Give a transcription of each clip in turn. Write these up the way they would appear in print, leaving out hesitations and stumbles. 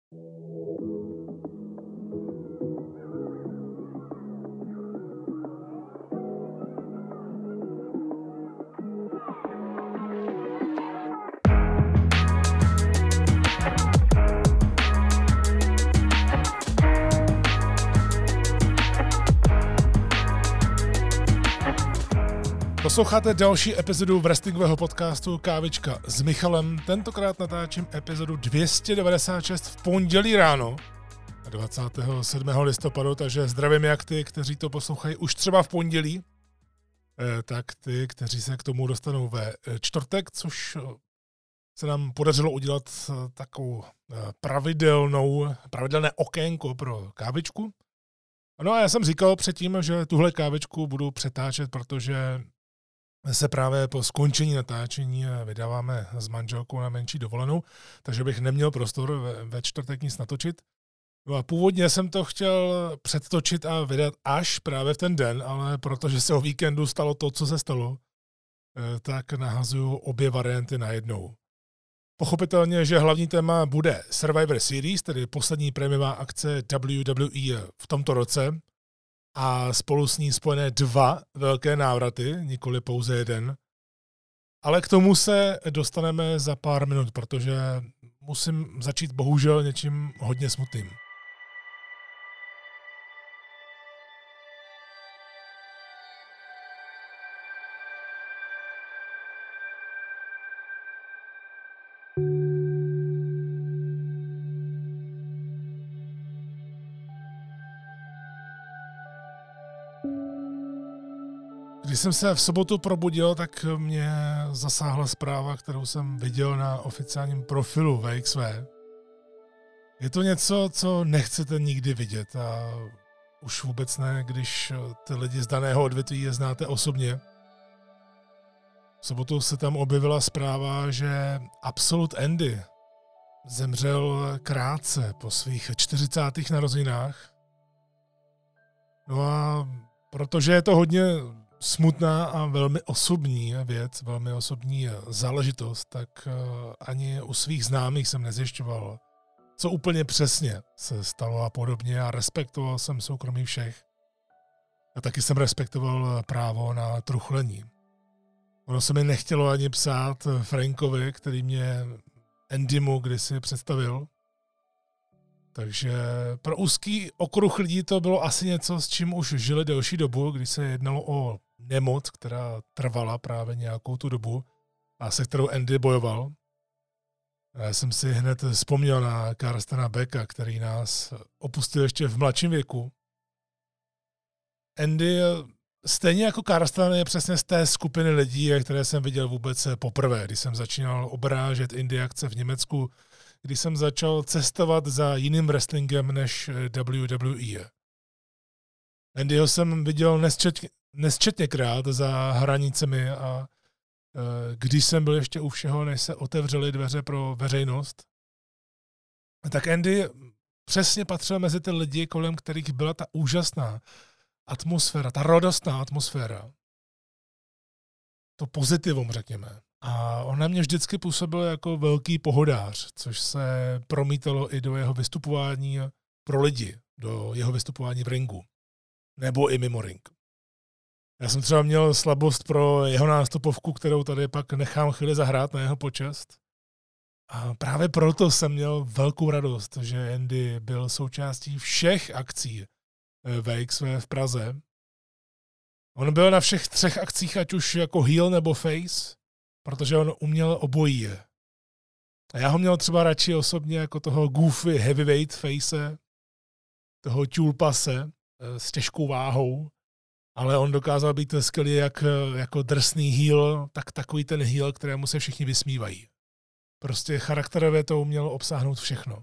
Posloucháte další epizodu wrestlingového podcastu Kávička s Michalem. Tentokrát natáčím epizodu 296 v pondělí ráno 27. listopadu, takže zdravím jak ty, kteří to poslouchají už třeba v pondělí, tak ty, kteří se k tomu dostanou ve čtvrtek, což se nám podařilo udělat takovou pravidelné okénko pro kávičku. No a já jsem říkal předtím, že tuhle kávičku budu přetáčet, protože se právě po skončení natáčení vydáváme s manželkou na menší dovolenou, takže bych neměl prostor ve čtvrtek nic natočit. No a původně jsem to chtěl předtočit a vydat až právě v ten den, ale protože se o víkendu stalo to, co se stalo, tak nahazuju obě varianty najednou. Pochopitelně, že hlavní téma bude Survivor Series, tedy poslední prémiová akce WWE v tomto roce, a spolu s ní spojené 2 velké návraty, nikoli pouze jeden. Ale k tomu se dostaneme za pár minut, protože musím začít bohužel něčím hodně smutným. Když jsem se v sobotu probudil, tak mě zasáhla zpráva, kterou jsem viděl na oficiálním profilu VXV. Je to něco, co nechcete nikdy vidět a už vůbec ne, když ty lidi z daného odvětví je znáte osobně. V sobotu se tam objevila zpráva, že Absolute Andy zemřel krátce po svých 40. narozeninách. No a protože je to hodně smutná a velmi osobní věc, velmi osobní záležitost, tak ani u svých známých jsem nezjišťoval, co úplně přesně se stalo a podobně, a respektoval jsem soukromí všech. A taky jsem respektoval právo na truchlení. Ono se mi nechtělo ani psát Frankovi, který mě Andymu kdysi představil. Takže pro úzký okruh lidí to bylo asi něco, s čím už žili delší dobu, když se jednalo o nemoc, která trvala právě nějakou tu dobu a se kterou Andy bojoval. Já jsem si hned vzpomněl na Carstena Becka, který nás opustil ještě v mladším věku. Andy, stejně jako Carsten, je přesně z té skupiny lidí, které jsem viděl vůbec poprvé, když jsem začínal obrážet indie akce v Německu, když jsem začal cestovat za jiným wrestlingem než WWE. Andyho jsem viděl nesčetněkrát za hranicemi a když jsem byl ještě u všeho, než se otevřely dveře pro veřejnost, tak Andy přesně patřil mezi ty lidi, kolem kterých byla ta úžasná atmosféra, ta radostná atmosféra. To pozitivum, řekněme. A on na mě vždycky působil jako velký pohodář, což se promítalo i do jeho vystupování pro lidi, do jeho vystupování v ringu. Nebo i mimo ring. Já jsem třeba měl slabost pro jeho nástupovku, kterou tady pak nechám chvíli zahrát na jeho počest. A právě proto jsem měl velkou radost, že Andy byl součástí všech akcí VXV v Praze. On byl na všech 3 akcích, ať už jako heel nebo face, protože on uměl obojí. A já ho měl třeba radši osobně jako toho goofy heavyweight face, toho tulpase s těžkou váhou, ale on dokázal být skvělý jak jako drsný heel, tak takový ten heel, kterému se všichni vysmívají. Prostě charakterově to uměl obsáhnout všechno.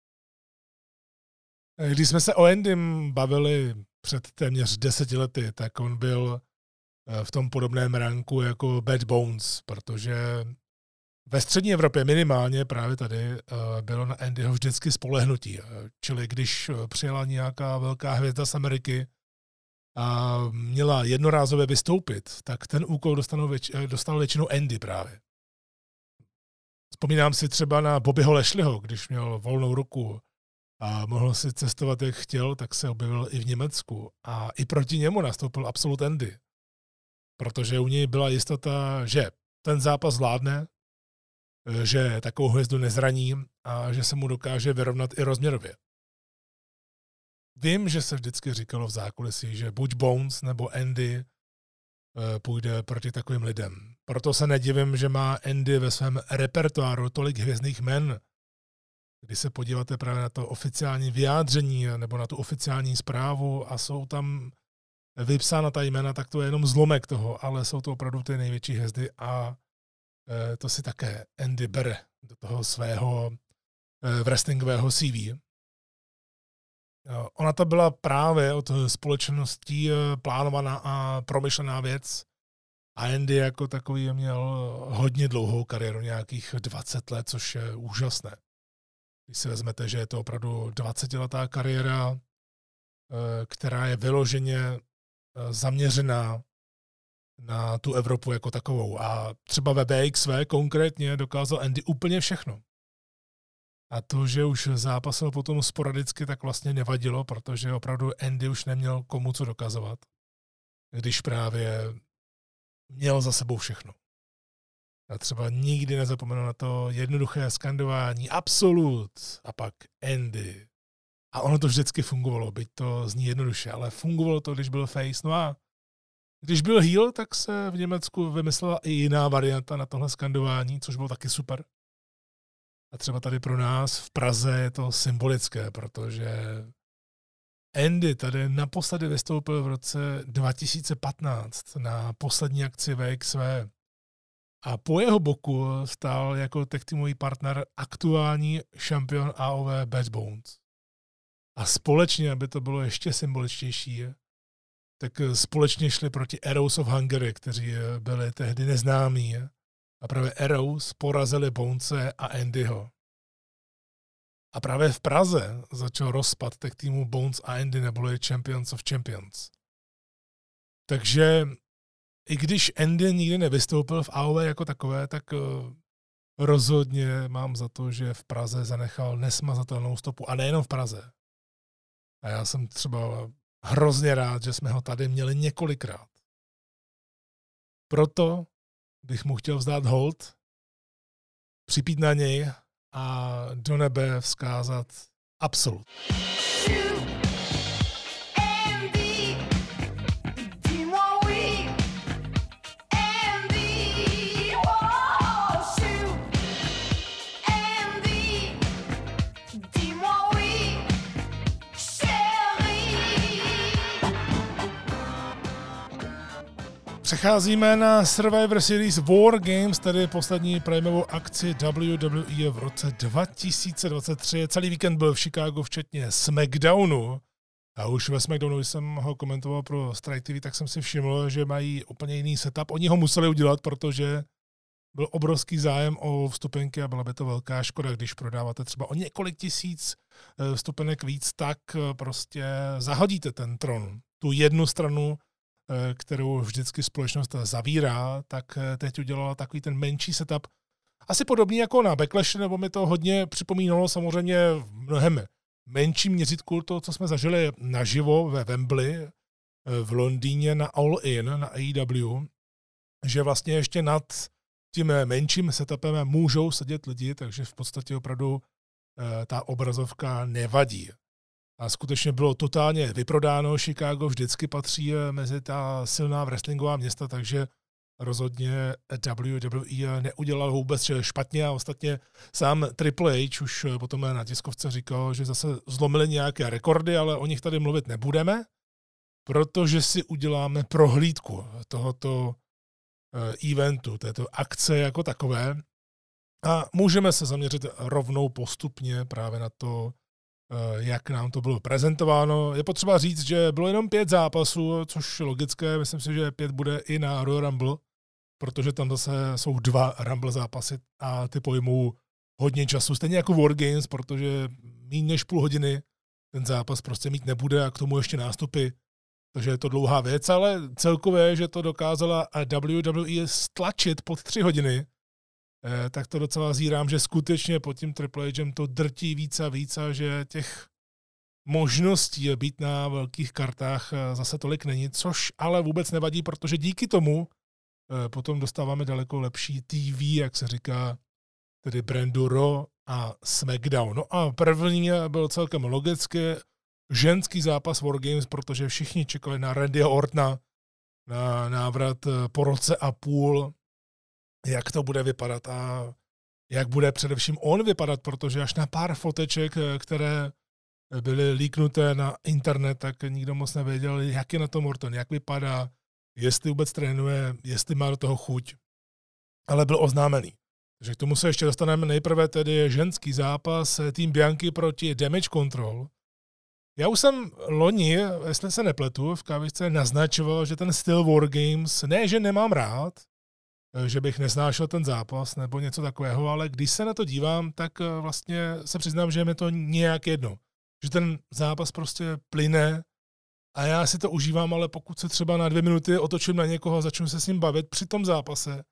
Když jsme se o Andym bavili před téměř 10 lety, tak on byl v tom podobném ranku jako Bad Bones, protože ve střední Evropě minimálně právě tady bylo na Andyho vždycky spolehnutí. Čili když přijela nějaká velká hvězda z Ameriky a měla jednorázově vystoupit, tak ten úkol dostal většinou Andy právě. Vzpomínám si třeba na Bobbyho Lashleyho, když měl volnou ruku a mohl si cestovat, jak chtěl, tak se objevil i v Německu. A i proti němu nastoupil Absolute Andy. Protože u něj byla jistota, že ten zápas zvládne, že takovou hvězdu nezraní a že se mu dokáže vyrovnat i rozměrově. Vím, že se vždycky říkalo v zákulisí, že buď Bones nebo Andy půjde proti takovým lidem. Proto se nedivím, že má Andy ve svém repertoáru tolik hvězdných jmen. Když se podíváte právě na to oficiální vyjádření nebo na tu oficiální zprávu a jsou tam vypsána ta jména, tak to je jenom zlomek toho, ale jsou to opravdu ty největší hvězdy a to si také Andy bere do toho svého wrestlingového CV. Ona to byla právě od společností plánovaná a promyšlená věc a Andy jako takový měl hodně dlouhou kariéru, nějakých 20 let, což je úžasné. Když si vezmete, že je to opravdu 20letá kariéra, která je vyloženě zaměřená na tu Evropu jako takovou. A třeba ve BXV konkrétně dokázal Andy úplně všechno. A to, že už zápasil potom sporadicky, tak vlastně nevadilo, protože opravdu Andy už neměl komu co dokazovat, když právě měl za sebou všechno. A třeba nikdy nezapomenu na to jednoduché skandování Absolut a pak Andy. A ono to vždycky fungovalo, byť to zní jednoduše, ale fungovalo to, když byl face. No a když byl heel, tak se v Německu vymyslela i jiná varianta na tohle skandování, což bylo taky super. A třeba tady pro nás v Praze je to symbolické, protože Andy tady naposledy vystoupil v roce 2015 na poslední akci VXV. A po jeho boku stál jako tag teamový partner aktuální šampion AOV Bad Bones. A společně, aby to bylo ještě symboličtější, tak společně šli proti Arrows of Hungary, kteří byli tehdy neznámí. A právě Arrows porazili Bonese a Andyho. A právě v Praze začal rozpad tag týmu Bones a Andy, neboli Champions of Champions. Takže i když Andy nikdy nevystoupil v AOV jako takové, tak rozhodně mám za to, že v Praze zanechal nesmazatelnou stopu. A nejenom v Praze. A já jsem třeba hrozně rád, že jsme ho tady měli několikrát. Proto bych mu chtěl vzdát hold, připít na něj a do nebe vzkázat Absolut. Přecházíme na Survivor Series War Games, tedy poslední prémiovou akci WWE v roce 2023. Celý víkend byl v Chicagu, včetně SmackDownu. A už ve SmackDownu, když jsem ho komentoval pro Strike TV, tak jsem si všiml, že mají úplně jiný setup. Oni ho museli udělat, protože byl obrovský zájem o vstupenky a byla by to velká škoda, když prodáváte třeba o několik tisíc vstupenek víc, tak prostě zahodíte ten tron. Tu jednu stranu, kterou vždycky společnost zavírá, tak teď udělala takový ten menší setup. Asi podobný jako na Backlash, nebo mi to hodně připomínalo samozřejmě v mnohem menším měřítku to, co jsme zažili naživo ve Wembley v Londýně na All In, na AEW, že vlastně ještě nad tím menším setupem můžou sedět lidi, takže v podstatě opravdu ta obrazovka nevadí. A skutečně bylo totálně vyprodáno. Chicago vždycky patří mezi ta silná wrestlingová města, takže rozhodně WWE neudělal vůbec špatně a ostatně sám Triple H už potom na tiskovce říkal, že zase zlomili nějaké rekordy, ale o nich tady mluvit nebudeme, protože si uděláme prohlídku tohoto eventu, této akce jako takové a můžeme se zaměřit rovnou postupně právě na to, jak nám to bylo prezentováno. Je potřeba říct, že bylo jenom 5 zápasů, což je logické. Myslím si, že 5 bude i na Royal Rumble, protože tam zase jsou 2 Rumble zápasy a ty pojmou hodně času. Stejně jako War Games, protože méně než půl hodiny ten zápas prostě mít nebude a k tomu ještě nástupy. Takže je to dlouhá věc, ale celkově, že to dokázala WWE stlačit pod 3 hodiny, tak to docela zírám, že skutečně pod tím Triple H'em to drtí víc a víc a že těch možností být na velkých kartách zase tolik není, což ale vůbec nevadí, protože díky tomu potom dostáváme daleko lepší TV, jak se říká, tedy brandu Raw a SmackDown. No a první byl celkem logicky ženský zápas Wargames, protože všichni čekali na Randyho Ortona, na návrat po roce a půl, jak to bude vypadat a jak bude především on vypadat, protože až na pár foteček, které byly líknuté na internet, tak nikdo moc nevěděl, jak je na tom Orton, jak vypadá, jestli vůbec trénuje, jestli má do toho chuť. Ale byl oznámený. Takže k tomu se ještě dostaneme. Nejprve tedy ženský zápas tým Bianchi proti Damage Control. Já už jsem loni, jestli se nepletu, v kávičce naznačoval, že ten styl Wargames, ne, že nemám rád, že bych nesnášel ten zápas nebo něco takového, ale když se na to dívám, tak vlastně se přiznám, že je mi to nějak jedno. Že ten zápas prostě plyne a já si to užívám, ale pokud se třeba na 2 minuty otočím na někoho a začnu se s ním bavit při tom zápase,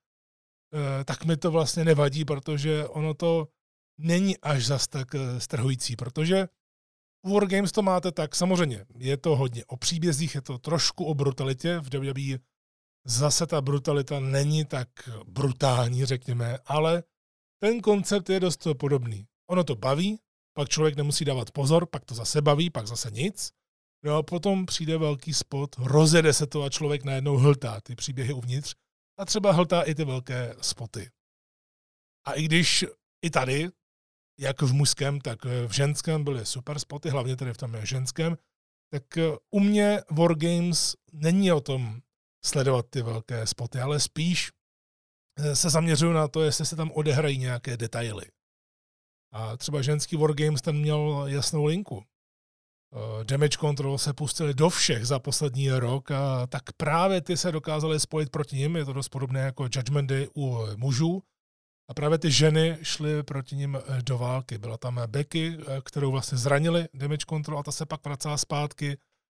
tak mi to vlastně nevadí, protože ono to není až zas tak strhující, protože u Wargames to máte tak, samozřejmě, je to hodně o příbězích, je to trošku o brutalitě, v WWE zase ta brutalita není tak brutální, řekněme, ale ten koncept je dost podobný. Ono to baví, pak člověk nemusí dávat pozor, pak to zase baví, pak zase nic. No a potom přijde velký spot, rozjede se to a člověk najednou hltá ty příběhy uvnitř a třeba hltá i ty velké spoty. A i když i tady, jak v mužském, tak v ženském byly super spoty, hlavně tady v tom ženském, tak u mě Wargames není o tom sledovat ty velké spoty, ale spíš se zaměřuju na to, jestli se tam odehrají nějaké detaily. A třeba ženský Wargames ten měl jasnou linku. Damage Control se pustili do všech za poslední rok a tak právě ty se dokázali spojit proti nim, je to dost podobné jako Judgment Day u mužů. A právě ty ženy šly proti nim do války. Byla tam Becky, kterou vlastně zranili Damage Control a ta se pak vracela zpátky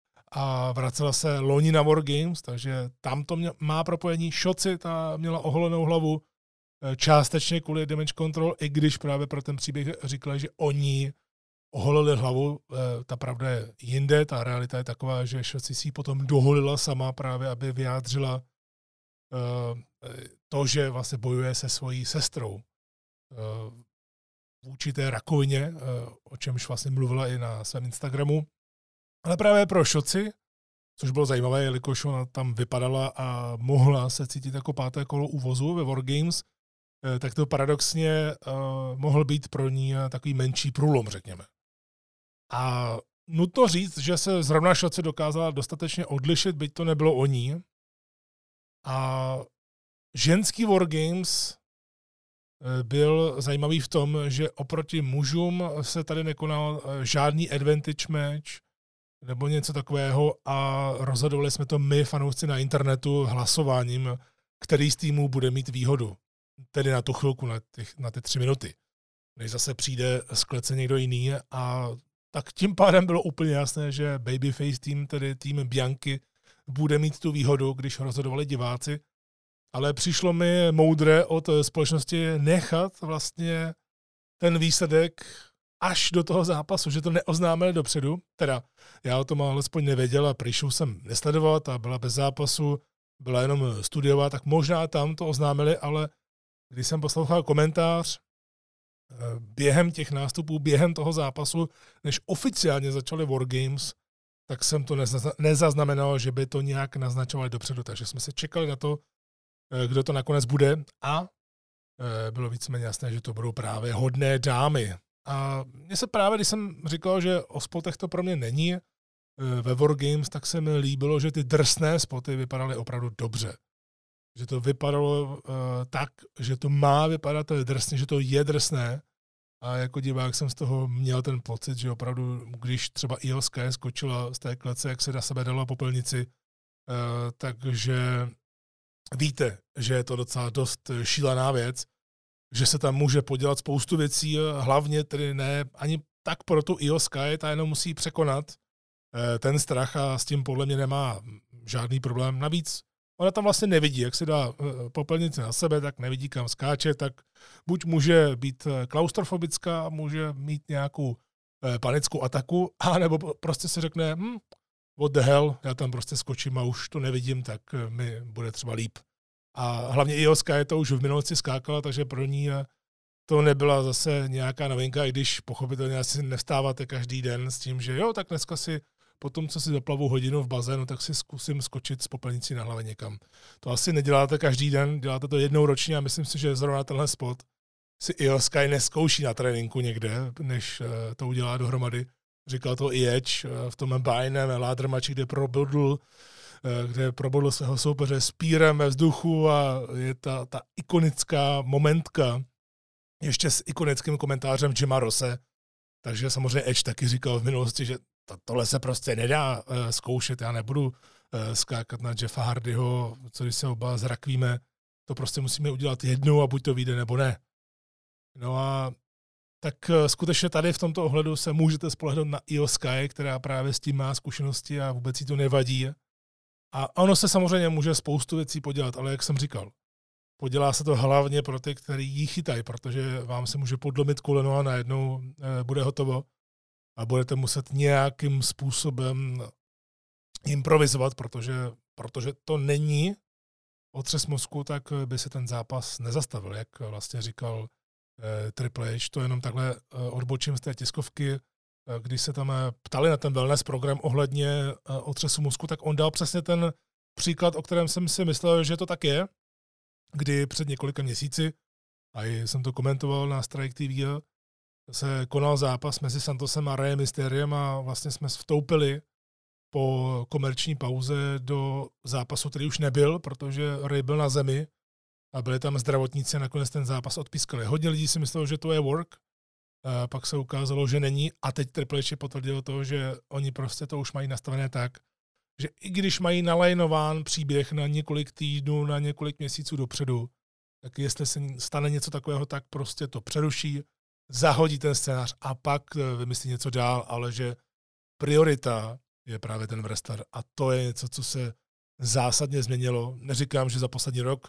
a vracela se loni na Wargames, takže tam to má propojení. Shotzi, ta měla oholenou hlavu částečně kvůli Damage Control, i když právě pro ten příběh říkala, že oni oholili hlavu. Ta pravda je jinde, ta realita je taková, že Shotzi si ji potom doholila sama právě, aby vyjádřila to, že vlastně bojuje se svojí sestrou vůči té rakovině, o čemž vlastně mluvila i na svém Instagramu. Ale právě pro Shotzi, což bylo zajímavé, jelikož ona tam vypadala a mohla se cítit jako 5. kolo úvozu ve Wargames, tak to paradoxně mohl být pro ní takový menší průlom, řekněme. A nutno říct, že se zrovna Shotzi dokázala dostatečně odlišit, byť to nebylo o ní. A ženský Wargames byl zajímavý v tom, že oproti mužům se tady nekonal žádný advantage match nebo něco takového a rozhodovali jsme to my, fanoušci na internetu, hlasováním, který z týmů bude mít výhodu. Tedy na tu chvilku, na ty 3 minuty. Než zase přijde z klece někdo jiný a tak tím pádem bylo úplně jasné, že Babyface tým, tedy tým Bianchi, bude mít tu výhodu, když rozhodovali diváci. Ale přišlo mi moudré od společnosti nechat vlastně ten výsledek až do toho zápasu, že to neoznámili dopředu. Teda já o tom alespoň nevěděl a Prišu jsem nesledoval, ta byla bez zápasu, byla jenom studiová, tak možná tam to oznámili, ale když jsem poslouchal komentář během těch nástupů, během toho zápasu, než oficiálně začaly Wargames, tak jsem to nezaznamenal, že by to nějak naznačovali dopředu. Takže jsme se čekali na to, kdo to nakonec bude a bylo víceméně jasné, že to budou právě hodné dámy. A mně se právě, když jsem říkal, že o spotech to pro mě není ve Wargames, tak se mi líbilo, že ty drsné spoty vypadaly opravdu dobře. Že to vypadalo tak, že to má vypadat drsně, že to je drsné. A jako divák jsem z toho měl ten pocit, že opravdu, když třeba Io Sky skočila z té klece, jak se na sebe dala popelnici, takže víte, že je to docela dost šílená věc, že se tam může podělat spoustu věcí, hlavně tedy ne ani tak pro tu Io Sky, ta jenom musí překonat ten strach a s tím podle mě nemá žádný problém. Navíc ona tam vlastně nevidí, jak si dá popelnici na sebe, tak nevidí, kam skáče, tak buď může být klaustrofobická, může mít nějakou panickou ataku, anebo prostě si řekne, what the hell, já tam prostě skočím a už to nevidím, tak mi bude třeba líp. A hlavně Io Sky to už v minulosti skákala, takže pro ní to nebyla zase nějaká novinka, i když pochopitelně asi nevstáváte každý den s tím, že jo, tak dneska si po tom, co si zaplavu hodinu v bazénu, tak si zkusím skočit s popelnicí na hlavě někam. To asi neděláte každý den, děláte to jednou ročně a myslím si, že zrovna tenhle spot si Io Sky neskouší na tréninku někde, než to udělá dohromady. Říkal to i Edge v tom bajném ladder matchi, kde probodl svého soupeře s pírem ve vzduchu a je ta ikonická momentka ještě s ikonickým komentářem Jima Rosse. Takže samozřejmě Edge taky říkal v minulosti, že tohle se prostě nedá zkoušet, já nebudu skákat na Jeffa Hardyho, co když se oba zrakvíme, to prostě musíme udělat jednou a buď to vyjde, nebo ne. No a tak skutečně tady v tomto ohledu se můžete spolehnout na Io Sky, která právě s tím má zkušenosti a vůbec jí to nevadí. A ono se samozřejmě může spoustu věcí podělat, ale jak jsem říkal, podělá se to hlavně pro ty, kteří jí chytají, protože vám se může podlomit koleno a najednou bude hotovo a budete muset nějakým způsobem improvizovat, protože to není otřes mozku, tak by se ten zápas nezastavil, jak vlastně říkal Triple H. To jenom takhle odbočím z té tiskovky, když se tam ptali na ten wellness program ohledně otřesu mozku, tak on dal přesně ten příklad, o kterém jsem si myslel, že to tak je, kdy před několika měsíci, a jsem to komentoval na Strike TV, se konal zápas mezi Santosem a Reyem Mysteriem a vlastně jsme vstoupili po komerční pauze do zápasu, který už nebyl, protože Rey byl na zemi a byli tam zdravotníci a nakonec ten zápas odpískali. Hodně lidí si myslelo, že to je work, pak se ukázalo, že není a teď Triple H potvrdil to, že oni prostě to už mají nastavené tak, že i když mají nalajnován příběh na několik týdnů, na několik měsíců dopředu, tak jestli se stane něco takového, tak prostě to přeruší, zahodí ten scénář a pak vymyslí něco dál, ale že priorita je právě ten wrestler a to je něco, co se zásadně změnilo. Neříkám, že za poslední rok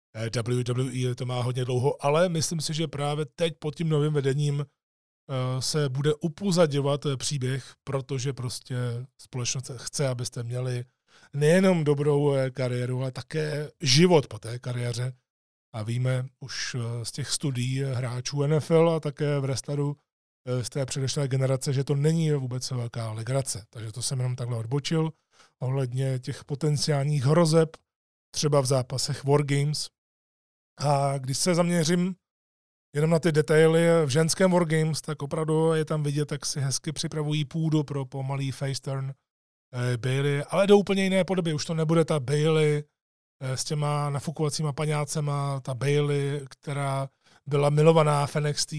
WWE to má hodně dlouho, ale myslím si, že právě teď pod tím novým vedením se bude upozadňovat příběh, protože prostě společnost chce, abyste měli nejenom dobrou kariéru, ale také život po té kariéře. A víme už z těch studií hráčů NFL a také v wrestleru z té předešlé generace, že to není vůbec velká legrace. Takže to jsem jenom takhle odbočil ohledně těch potenciálních hrozeb, třeba v zápasech Wargames. A když se zaměřím jenom na ty detaily v ženském Wargames, tak opravdu je tam vidět, tak si hezky připravují půdu pro pomalý face turn Bayley, ale do úplně jiné podoby. Už to nebude ta Bayley s těma nafukovacíma paňácema, ta Bayley, která byla milovaná v NXT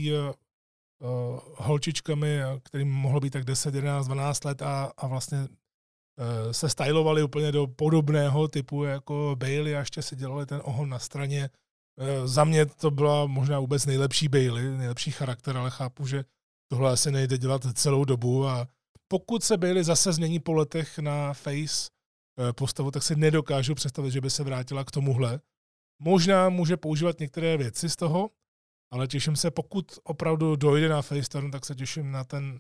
holčičkami, kterým mohlo být tak 10, 11, 12 let a vlastně se stylovali úplně do podobného typu jako Bayley a ještě si dělali ten ohon na straně. Za mě to byla možná vůbec nejlepší Bayley, nejlepší charakter, ale chápu, že tohle asi nejde dělat celou dobu a pokud se Bayley zase změní po letech na face postavu, tak si nedokážu představit, že by se vrátila k tomuhle. Možná může používat některé věci z toho, ale těším se, pokud opravdu dojde na face turn, tak se těším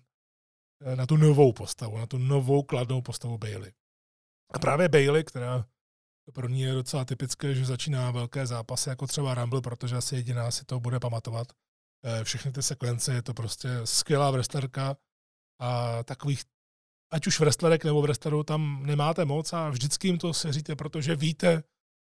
na tu novou postavu, na tu novou kladnou postavu Bayley. A právě Bayley, která pro ní je docela typické, že začíná velké zápasy, jako třeba Rumble, protože asi jediná si to bude pamatovat. Všechny ty sekvence, je to prostě skvělá wrestlerka a takových, ať už wrestlerek nebo wrestlerů, tam nemáte moc a vždycky jim to seříte, protože víte,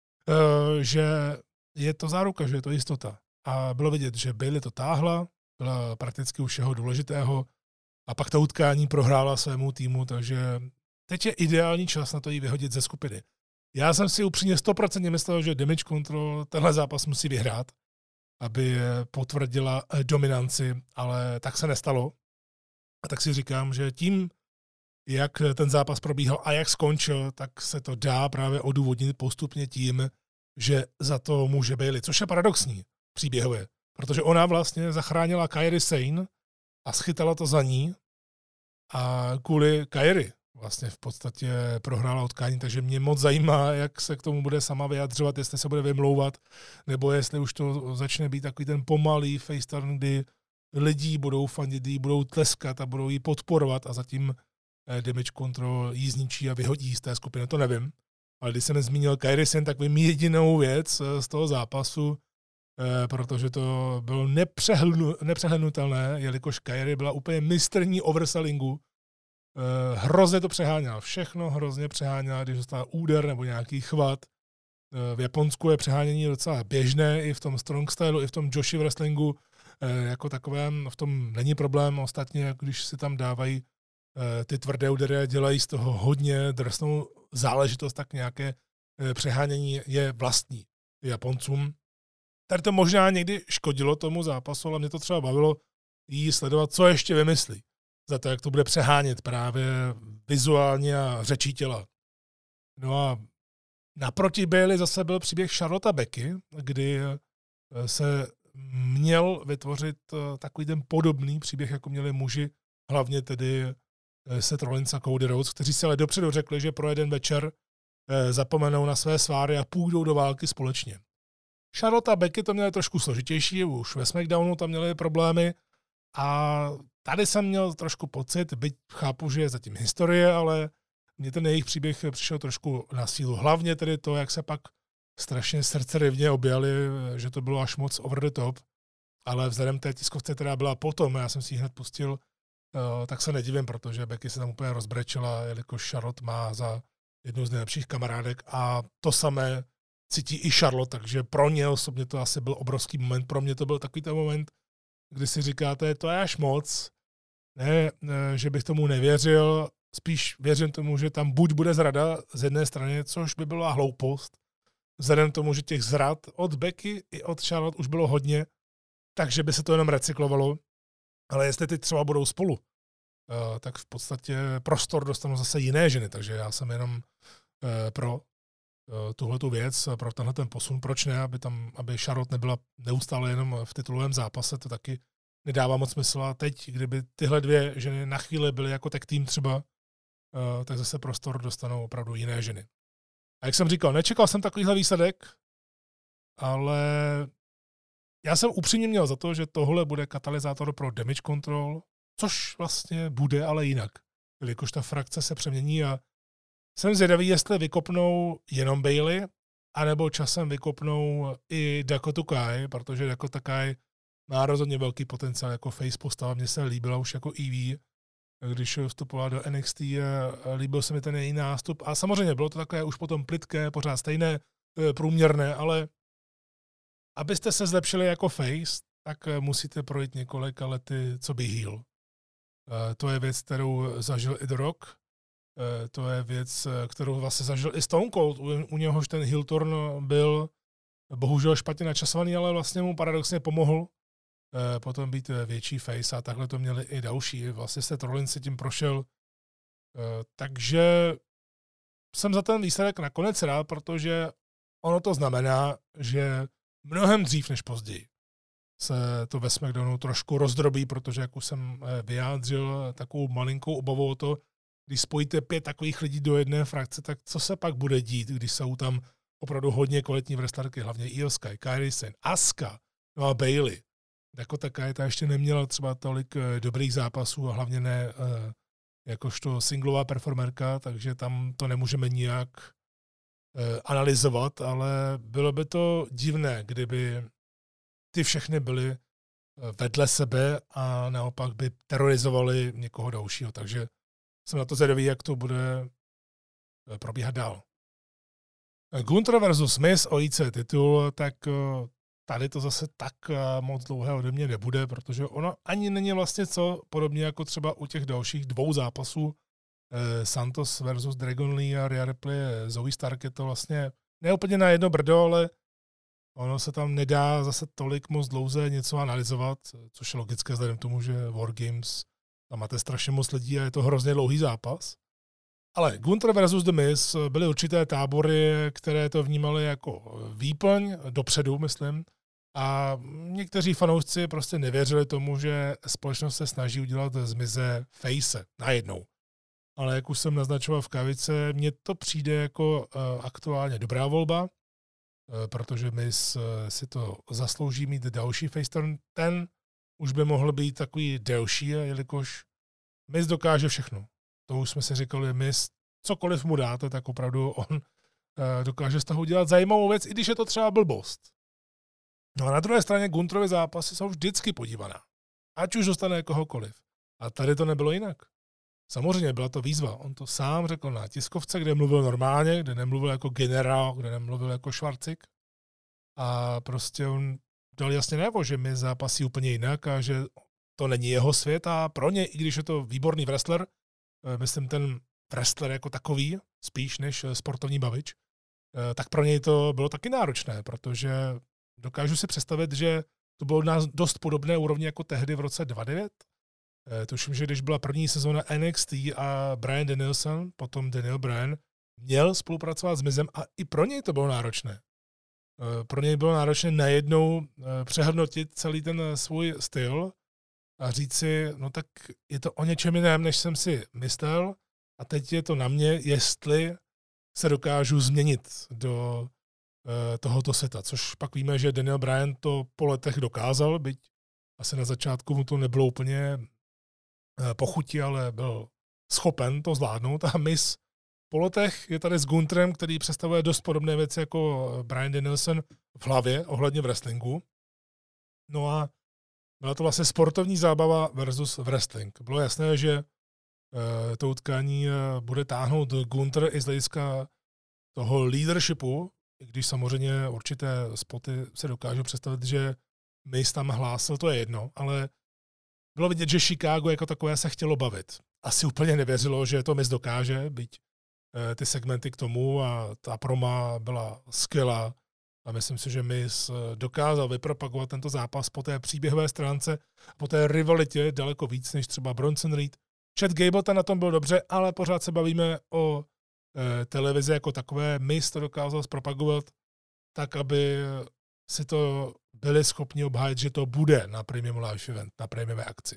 že je to záruka, že je to jistota. A bylo vidět, že Bayley to táhla, byla prakticky už všeho důležitého a pak to utkání prohrála svému týmu, takže teď je ideální čas na to jí vyhodit ze skupiny. Já jsem si upřímně 100% myslel, že Damage Control tenhle zápas musí vyhrát, aby potvrdila dominanci, ale tak se nestalo. A tak si říkám, že tím, jak ten zápas probíhal a jak skončil, tak se to dá právě odůvodnit postupně tím, že za to může Bayley, což je paradoxní příběhově, protože ona vlastně zachránila Kairi Sane a schytala to za ní a kvůli Kairi vlastně v podstatě prohrála utkání, takže mě moc zajímá, jak se k tomu bude sama vyjadřovat, jestli se bude vymlouvat, nebo jestli už to začne být takový ten pomalý face turn, kdy lidí budou fandit, jí budou tleskat a budou ji podporovat a zatím Damage Control jí zničí a vyhodí z té skupiny, to nevím. Ale když jsem zmínil Kairi Sane, tak vím jedinou věc z toho zápasu, protože to bylo nepřehlednutelné, jelikož Kairi byla úplně mistrní oversellingu. Hrozně to přeháněla, všechno hrozně přeháněla, když dostala úder nebo nějaký chvat. V Japonsku je přehánění docela běžné, i v tom strong stylu, i v tom Joshi wrestlingu, jako takovém, v tom není problém. Ostatně, když si tam dávají ty tvrdé údery, dělají z toho hodně drsnou záležitost, tak nějaké přehánění je vlastní Japoncům. Tady to možná někdy škodilo tomu zápasu, ale mě to třeba bavilo jí sledovat, co ještě vymyslí. Za to, jak to bude přehánět právě vizuálně a řečí těla. No a naproti Bayley zase byl příběh Charlotte Becky, kdy se měl vytvořit takový ten podobný příběh, jako měli muži, hlavně tedy Seth Rollins a Cody Rhodes, kteří si ale dopředu řekli, že pro jeden večer zapomenou na své sváry a půjdou do války společně. Charlotte a Becky to měly trošku složitější, už ve SmackDownu tam měly problémy a tady jsem měl trošku pocit, byť chápu, že je zatím historie, ale mně ten jejich příběh přišel trošku na sílu. Hlavně tedy to, jak se pak strašně srdcerivně objali, že to bylo až moc over the top, ale vzhledem té tiskovce, která byla potom, já jsem si ji hned pustil, tak se nedivím, protože Becky se tam úplně rozbrečela, jelikož Charlotte má za jednu z nejlepších kamarádek a to samé cítí i Charlotte, takže pro ně osobně to asi byl obrovský moment. Pro mě to byl takový ten moment, kdy si říkáte, to je až moc, ne, že bych tomu nevěřil, spíš věřím tomu, že tam buď bude zrada z jedné strany, což by byla hloupost, vzhledem tomu, že těch zrad od Becky i od Charlotte už bylo hodně, takže by se to jenom recyklovalo, ale jestli ty třeba budou spolu, tak v podstatě prostor dostanou zase jiné ženy, takže já jsem jenom pro tuhletu věc, pro tenhle ten posun, proč ne, aby Charlotte nebyla neustále jenom v titulovém zápase, to taky nedává moc smysl. A teď, kdyby tyhle dvě ženy na chvíli byly jako tag tým třeba, tak zase prostor dostanou opravdu jiné ženy. A jak jsem říkal, nečekal jsem takovýhle výsledek, ale já jsem upřímně měl za to, že tohle bude katalyzátor pro Damage Control, což vlastně bude, ale jinak. Jelikož ta frakce se přemění a jsem zvědavý, jestli vykopnou jenom Bayley, anebo časem vykopnou i Dakota Kai, protože Dakota Kai má rozhodně velký potenciál jako face postava. Mně se líbila už jako EV, když vstupovala do NXT, líbil se mi ten její nástup. A samozřejmě bylo to takové už potom plitké, pořád stejné, průměrné, ale abyste se zlepšili jako face, tak musíte projít několika lety, co by heel. To je věc, kterou zažil i The Rock. To je věc, kterou vlastně zažil i Stone Cold. U něhož ten heel turn byl bohužel špatně načasovaný, ale vlastně mu paradoxně pomohl potom být větší face a takhle to měli i další. Vlastně Seth Rollins si tím prošel. Takže jsem za ten výsledek nakonec rád, protože ono to znamená, že mnohem dřív než později se to ve SmackDownu trošku rozdrobí, protože jak už jsem vyjádřil takovou malinkou obavu o to, když spojíte 5 takových lidí do jedné frakce, tak co se pak bude dít, když jsou tam opravdu hodně kvalitní wrestlerky, hlavně Io Sky, Kairi Sane, Asuka, no a Bayley. Dakota Kai ta ještě neměla třeba tolik dobrých zápasů a hlavně ne jakožto singlová performerka, takže tam to nemůžeme nijak analyzovat, ale bylo by to divné, kdyby ty všechny byly vedle sebe a naopak by terorizovali někoho dalšího, takže jsem na to zvědavý, jak to bude probíhat dál. Gunther versus Miz o IC titul, tak tady to zase tak moc dlouhé ode mě nebude, protože ono ani není vlastně co, podobně jako třeba u těch dalších 2 zápasů Santos versus Dragon Lee a Rhea Ripley, Zoe Stark, je to vlastně ne úplně na jedno brdo, ale ono se tam nedá zase tolik moc dlouze něco analyzovat, což je logické vzhledem k tomu, že Wargames tam máte strašně moc lidí a je to hrozně dlouhý zápas. Ale Gunther versus The Miz byly určité tábory, které to vnímali jako výplň, dopředu, myslím, a někteří fanoušci prostě nevěřili tomu, že společnost se snaží udělat z Mize face najednou. Ale jak už jsem naznačoval v kávice, mně to přijde jako aktuálně dobrá volba, protože Miz si to zaslouží mít další face turn. Ten už by mohl být takový delší, jelikož Miz dokáže všechno. To už jsme si říkali, Miz, cokoliv mu dáte, tak opravdu on dokáže z toho udělat zajímavou věc, i když je to třeba blbost. No a na druhé straně Gunterovy zápasy jsou vždycky podívaná. Ať už dostane kohokoliv. A tady to nebylo jinak. Samozřejmě byla to výzva. On to sám řekl na tiskovce, kde mluvil normálně, kde nemluvil jako generál, kde nemluvil jako Švarcik. A prostě on dal jasně najevo, že my zápasí úplně jinak a že to není jeho svět a pro ně, i když je to výborný wrestler, myslím ten wrestler jako takový, spíš než sportovní bavič, tak pro něj to bylo taky náročné, protože dokážu si představit, že to bylo na dost podobné úrovni jako tehdy v roce 2009. Tuším, že když byla první sezóna NXT a Bryan Danielson, potom Daniel Bryan, měl spolupracovat s Mizem a i pro něj to bylo náročné. Pro něj bylo náročné najednou přehodnotit celý ten svůj styl a říct si, no tak je to o něčem jiném, než jsem si myslel a teď je to na mě, jestli se dokážu změnit do tohoto světa, což pak víme, že Daniel Bryan to po letech dokázal, byť asi na začátku mu to nebylo úplně po chuti, ale byl schopen to zvládnout a Miz po letech je tady s Gunterem, který představuje dost podobné věci jako Bryan Danielson v hlavě ohledně wrestlingu. No a byla to vlastně sportovní zábava versus wrestling. Bylo jasné, že to utkání bude táhnout Gunter i z hlediska toho leadershipu, i když samozřejmě určité spoty se dokážu představit, že Miz tam hlásil, to je jedno, ale bylo vidět, že Chicago jako takové se chtělo bavit. Asi úplně nevěřilo, že to Miz dokáže, byť ty segmenty k tomu a ta proma byla skvělá a myslím si, že Miz dokázal vypropagovat tento zápas po té příběhové stránce, po té rivalitě daleko víc než třeba Bronson Reed. Chad Gable ten na tom byl dobře, ale pořád se bavíme o televizi jako takové. Miz to dokázal zpropagovat tak, aby si to byli schopni obhájit, že to bude na Premium Live Event, na prémiové akci.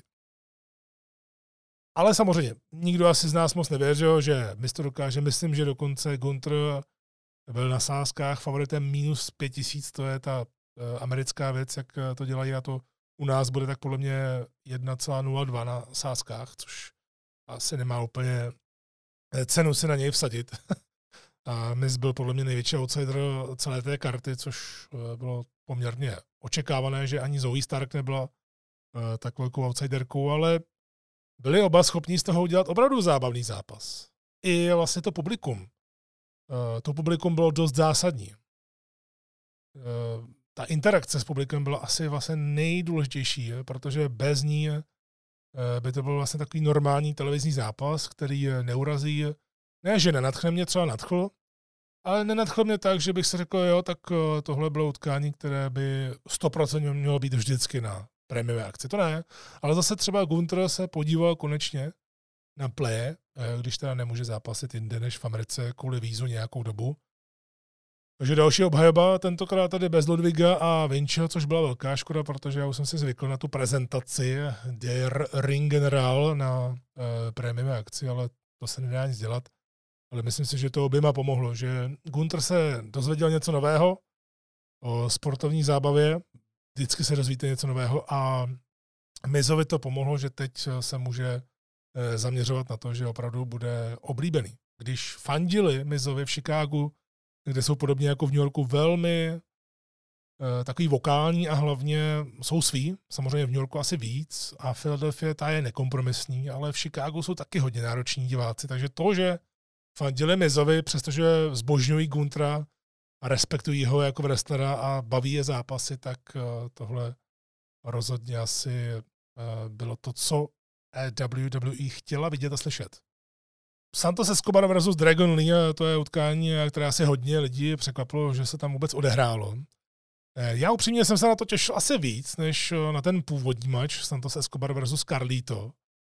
Ale samozřejmě, nikdo asi z nás moc nevěřil, že Miz to dokáže. Myslím, že dokonce Gunter byl na sázkách favoritem minus 5000, to je ta americká věc, jak to dělají a to u nás bude tak podle mě 1,02 na sázkách, což asi nemá úplně cenu si na něj vsadit. A Miz byl podle mě největší outsider celé té karty, což bylo poměrně očekávané, že ani Zoe Stark nebyla tak velkou outsiderkou, ale byli oba schopní z toho udělat opravdu zábavný zápas. I vlastně to publikum. To publikum bylo dost zásadní. Ta interakce s publikem byla asi vlastně nejdůležitější, protože bez ní by to byl vlastně takový normální televizní zápas, který neurazí, ne, že nenadchne mě, třeba nadchl, ale nenadchl mě tak, že bych si řekl, jo, tak tohle bylo utkání, které by 100% mělo být vždycky na prémiové akci. To ne, ale zase třeba Gunter se podíval konečně na play, když teda nemůže zápasit jinde než v Americe kvůli vízu nějakou dobu. Takže další obhajoba, tentokrát tady bez Ludwiga a Vinčeho, což byla velká škoda, protože já už jsem si zvykl na tu prezentaci Der Ring General na prémiové akci, ale to se nedá nic dělat. Ale myslím si, že to oběma pomohlo, že Gunter se dozvěděl něco nového o sportovní zábavě, vždycky se dozvíte něco nového a Mizovi to pomohlo, že teď se může zaměřovat na to, že opravdu bude oblíbený. Když fandili Mizovi v Chicagu, kde jsou podobně jako v New Yorku velmi takový vokální a hlavně jsou svý, samozřejmě v New Yorku asi víc a Philadelphia ta je nekompromisní, ale v Chicagu jsou taky hodně nároční diváci, takže to, že fandili Mizovi, přestože zbožňují Guntera a respektují ho jako wrestlera a baví je zápasy, tak tohle rozhodně asi bylo to, co WWE chtěla vidět a slyšet. Santos Escobar versus Dragon Lee, to je utkání, které asi hodně lidí překvapilo, že se tam vůbec odehrálo. Já upřímně jsem se na to těšil asi víc, než na ten původní match Santos Escobar versus Carlito.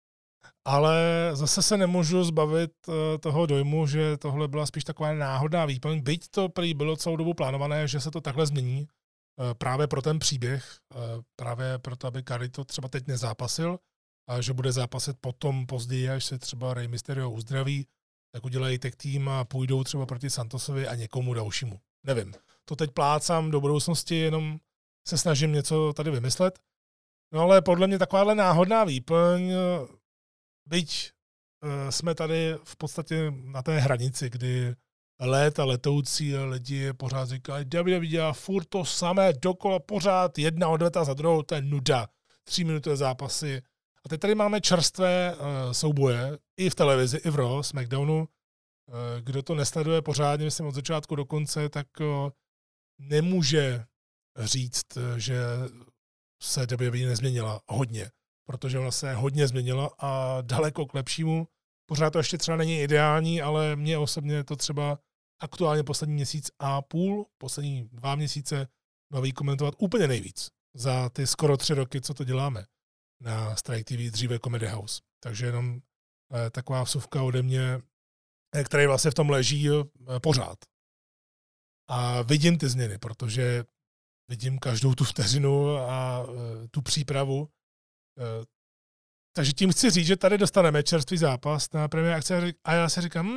Ale zase se nemůžu zbavit toho dojmu, že tohle byla spíš taková náhodná výplň, byť to prý bylo celou dobu plánované, že se to takhle změní právě pro ten příběh, právě proto, aby Carlito třeba teď nezápasil, a že bude zápasit potom později, až se třeba Rey Mysterio uzdraví, tak udělají tag team a půjdou třeba proti Santosovi a někomu dalšímu. Nevím. To teď plácám do budoucnosti, jenom se snažím něco tady vymyslet. No ale podle mě takováhle náhodná výplň, byť jsme tady v podstatě na té hranici, kdy letoucí lidi pořád říkají, WWE dělá furt to samé, dokola pořád, jedna odveta za druhou, to je nuda. 3minutové zápasy. A teď tady máme čerstvé souboje, i v televizi, i v Raw, SmackDownu. Kdo to nesleduje pořádně, myslím od začátku do konce, tak nemůže říct, že se WWE nezměnila hodně, protože ona se hodně změnila a daleko k lepšímu. Pořád to ještě třeba není ideální, ale mně osobně to třeba aktuálně poslední měsíc a půl, poslední 2 měsíce baví komentovat úplně nejvíc za ty skoro 3 roky, co to děláme na Strike TV, dříve Comedy House. Takže jenom taková vsuvka ode mě, který vlastně v tom leží pořád. A vidím ty změny, protože vidím každou tu vteřinu a tu přípravu. Takže tím chci říct, že tady dostaneme čerstvý zápas na premiér akce a já si říkám,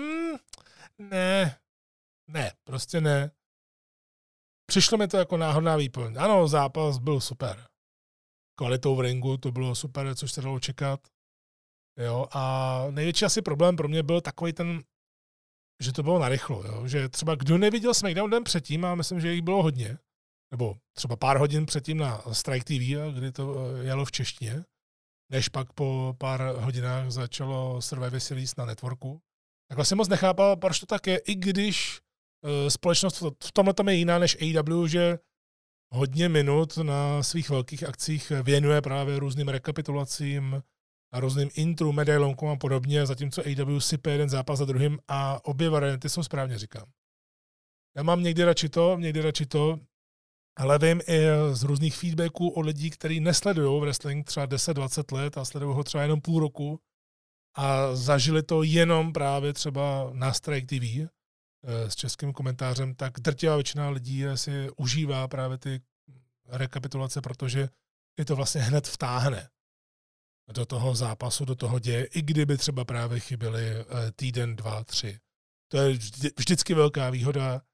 ne, prostě ne. Přišlo mi to jako náhodná výplň. Ano, zápas byl super. Kvalitou v ringu to bylo super, což se dalo čekat. Jo, a největší asi problém pro mě byl takový ten, že to bylo narychlo. Jo? Že třeba kdo neviděl SmackDown den předtím, a myslím, že jich bylo hodně, nebo třeba pár hodin předtím na Strike TV, kdy to jelo v češtině, než pak po pár hodinách začalo Survivor Series na networku, tak vlastně moc nechápal, proč to tak je, i když společnost v tomhle tam je jiná než AEW, že hodně minut na svých velkých akcích věnuje právě různým rekapitulacím a různým intru, medailonkům a podobně, zatímco AEW sype jeden zápas za druhým a obě varianty jsou správně, říkám. Já mám někdy radši to, ale vím i z různých feedbacků od lidí, kteří nesledují wrestling třeba 10-20 let a sledují ho třeba jenom půl roku a zažili to jenom právě třeba na Strike TV s českým komentářem, tak drtivá většina lidí si užívá právě ty rekapitulace, protože je to vlastně hned vtáhne do toho zápasu, do toho děje, i kdyby třeba právě chyběly týden, 2, 3. To je vždycky velká výhoda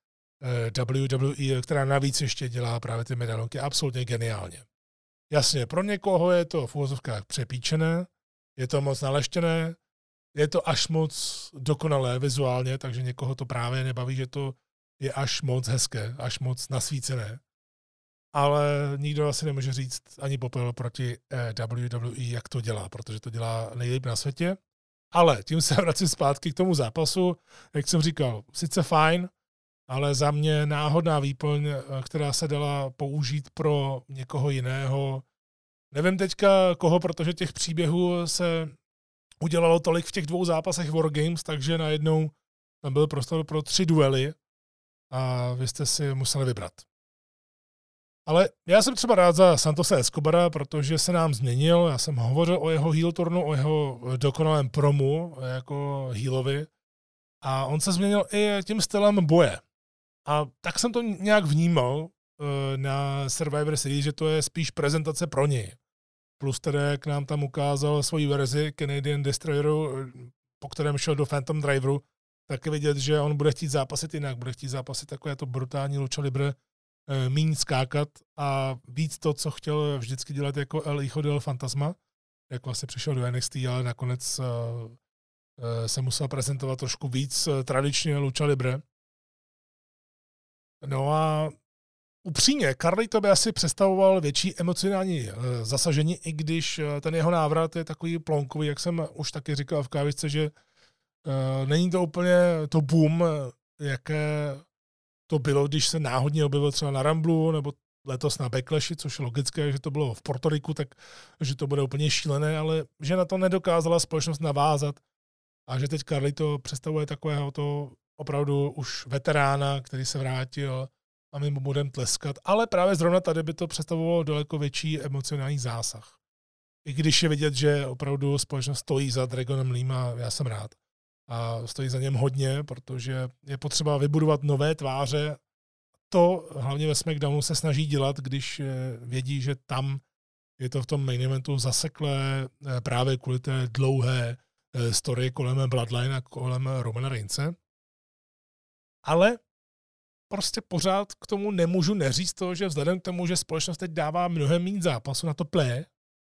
WWE, která navíc ještě dělá právě ty medailonky absolutně geniálně. Jasně, pro někoho je to v uvozovkách přepíčené, je to moc naleštěné, je to až moc dokonalé vizuálně, takže někoho to právě nebaví, že to je až moc hezké, až moc nasvícené. Ale nikdo asi nemůže říct ani popel proti WWE, jak to dělá, protože to dělá nejlíp na světě. Ale tím se vracím zpátky k tomu zápasu, jak jsem říkal, sice fajn, ale za mě náhodná výplň, která se dala použít pro někoho jiného. Nevím teďka koho, protože těch příběhů se udělalo tolik v těch 2 zápasech Wargames, takže najednou tam byl prostor pro 3 duely a vy jste si museli vybrat. Ale já jsem třeba rád za Santose Escobara, protože se nám změnil. Já jsem hovořil o jeho heel turnu, o jeho dokonalém promu jako healovi a on se změnil i tím stylem boje. A tak jsem to nějak vnímal na Survivor Series, že to je spíš prezentace pro něj. Plus tedy, jak nám tam ukázal svoji verzi Canadian Destroyeru, po kterém šel do Phantom Driveru, tak je vidět, že on bude chtít zápasit jinak, bude chtít zápasit takové to brutální lucha libre, míň skákat a víc to, co chtěl vždycky dělat jako El Hijo del Fantasma, jak vlastně přišel do NXT, ale nakonec se musel prezentovat trošku víc tradičně lucha libre. No a upřímně, Carlito by asi představoval větší emocionální zasažení, i když ten jeho návrat je takový plonkový, jak jsem už taky říkal v kávičce, že není to úplně to boom, jaké to bylo, když se náhodně objevil třeba na Ramblu, nebo letos na Backlashi, což je logické, že to bylo v Porto Riku, tak že to bude úplně šílené, ale že na to nedokázala společnost navázat a že teď Carlito představuje takového to opravdu už veterána, který se vrátil a my mu budeme tleskat, ale právě zrovna tady by to představovalo daleko větší emocionální zásah. I když je vidět, že opravdu společnost stojí za Dragonem Leem a já jsem rád. A stojí za něm hodně, protože je potřeba vybudovat nové tváře. To hlavně ve SmackDownu se snaží dělat, když vědí, že tam je to v tom main eventu zaseklé právě kvůli té dlouhé story kolem Bloodline a kolem Romana Reignse. Ale prostě pořád k tomu nemůžu neříct to, že vzhledem k tomu, že společnost teď dává mnohem méně zápasů na to play,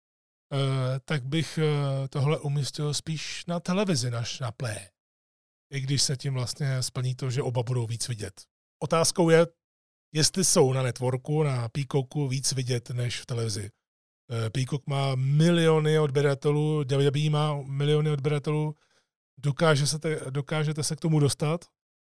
tak bych tohle umístil spíš na televizi, na Play. I když se tím vlastně splní to, že oba budou víc vidět. Otázkou je, jestli jsou na networku, na Peacocku víc vidět než v televizi. Peacock má miliony odběratelů, WWE má miliony odběratelů, dokážete se k tomu dostat,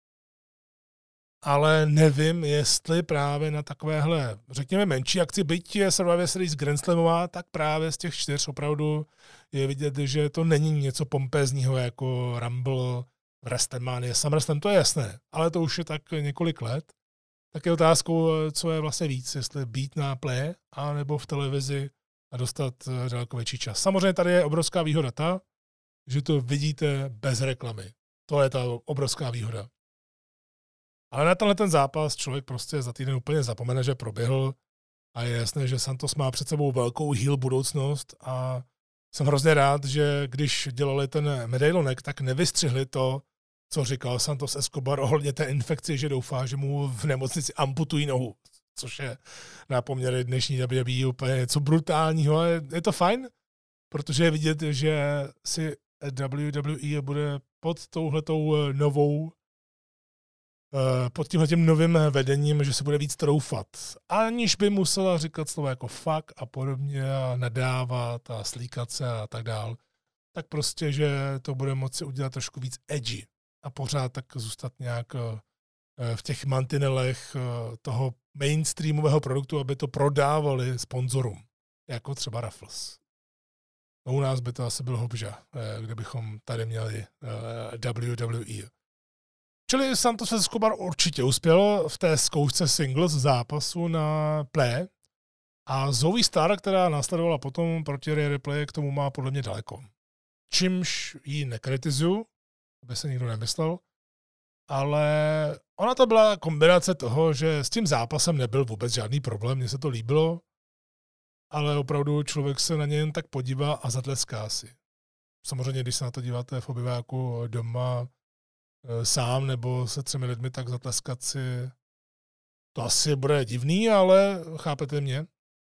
ale nevím, jestli právě na takovéhle, řekněme, menší akci, byť je Survivor Series Grand Slamová, tak právě z těch 4 opravdu je vidět, že to není něco pompézního jako Rumble, WrestleMania, SummerSlam, to je jasné, ale to už je tak několik let. Tak je otázkou, co je vlastně víc, jestli být na Play, anebo v televizi a dostat daleko větší čas. Samozřejmě tady je obrovská výhoda ta, že to vidíte bez reklamy. To je ta obrovská výhoda. Ale na tenhle ten zápas člověk prostě za týden úplně zapomene, že proběhl a je jasné, že Santos má před sebou velkou heel budoucnost a jsem hrozně rád, že když dělali ten medailonek, tak nevystřihli to, co říkal Santos Escobar ohledně té infekce, že doufá, že mu v nemocnici amputují nohu, což je na poměry dnešní WWE úplně něco brutálního. Je to fajn, protože je vidět, že si WWE bude pod touhletou novou, pod tímhletím novým vedením, že se bude víc troufat. Aniž by musela říkat slova jako fuck a podobně a nadávat a slíkat se a tak dál. Tak prostě, že to bude moci udělat trošku víc edgy a pořád tak zůstat nějak v těch mantinelech toho mainstreamového produktu, aby to prodávali sponzorům, jako třeba Ruffles. No, u nás by to asi byl Hobža, kde bychom tady měli WWE. Čili Santos Escobar určitě uspěl v té zkoušce singles zápasu na Play a Zoe Stark, která následovala potom proti Rhea Ripley, k tomu má podle mě daleko. Čímž ji nekritizuju, aby se nikdo nemyslel, ale ona to byla kombinace toho, že s tím zápasem nebyl vůbec žádný problém, mně se to líbilo, ale opravdu člověk se na ně jen tak podívá a zatleská si. Samozřejmě, když se na to díváte v obyváku doma sám nebo se 3 lidmi, tak zatleskat si to asi bude divný, ale chápete mě.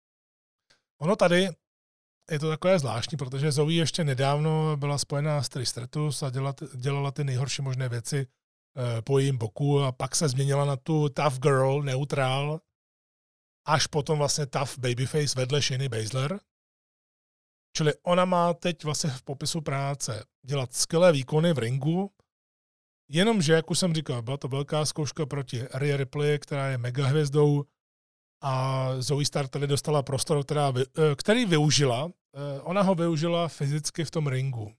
Ono tady je to takové zvláštní, protože Zoe ještě nedávno byla spojená s Trish Stratus a dělala ty nejhorší možné věci po jejím boku a pak se změnila na tu tough girl, neutrál, až potom vlastně tough babyface vedle Shayny Baszler. Čili ona má teď vlastně v popisu práce dělat skvělé výkony v ringu, jenomže, jak už jsem říkal, byla to velká zkouška proti Rhea Ripley, která je mega hvězdou a Zoe Stark tady dostala prostor, který využila. Ona ho využila fyzicky v tom ringu.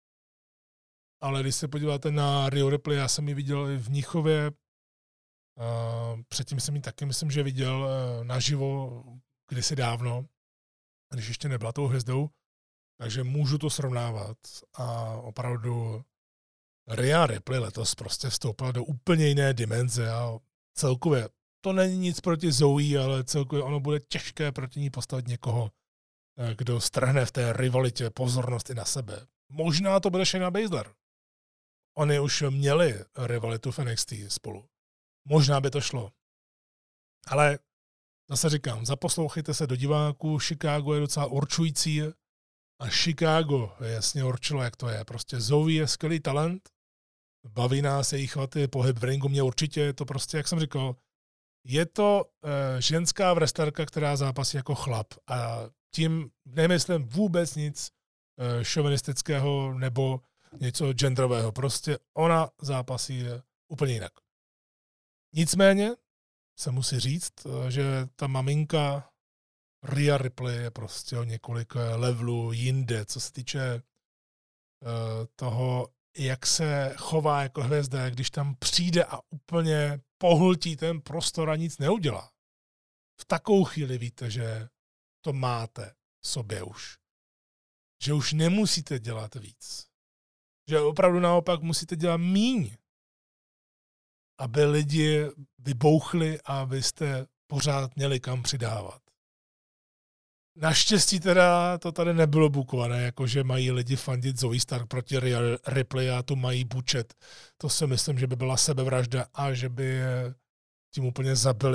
Ale když se podíváte na Rhea Ripley, já jsem ji viděl i v Mnichově, předtím jsem ji taky, myslím, že viděl naživo kdysi dávno, když ještě nebyla tou hvězdou, takže můžu to srovnávat a opravdu Rhea Ripley letos prostě vstoupila do úplně jiné dimenze a celkově to není nic proti Zoe, ale celkově ono bude těžké proti ní postavit někoho, kdo strhne v té rivalitě pozornost i na sebe. Možná to bude Shayna Baszler. Oni už měli rivalitu v NXT spolu. Možná by to šlo. Ale zase říkám, zaposlouchejte se do diváků, Chicago je docela určující a Chicago jasně určilo, jak to je. Prostě Zoe je skvělý talent, baví nás její chvaty, pohyb v ringu, mě určitě je to prostě, jak jsem říkal, je to ženská wrestlerka, která zápasí jako chlap a tím nemyslím vůbec nic šovinistického nebo něco genderového. Prostě ona zápasí úplně jinak. Nicméně se musí říct, že ta maminka Rhea Ripley je prostě o několik levelů jinde, co se týče toho, jak se chová jako hvězda, když tam přijde a úplně pohltí ten prostor a nic neudělá. V takovou chvíli víte, že to máte v sobě už. Že už nemusíte dělat víc. Že opravdu naopak musíte dělat míň, aby lidi vybouchli a vy jste pořád měli kam přidávat. Naštěstí teda to tady nebylo bukované, jakože mají lidi fandit Zoe Stark proti Rhea Ripley a tu mají bučet. To si myslím, že by byla sebevražda a že by je tím úplně zabili.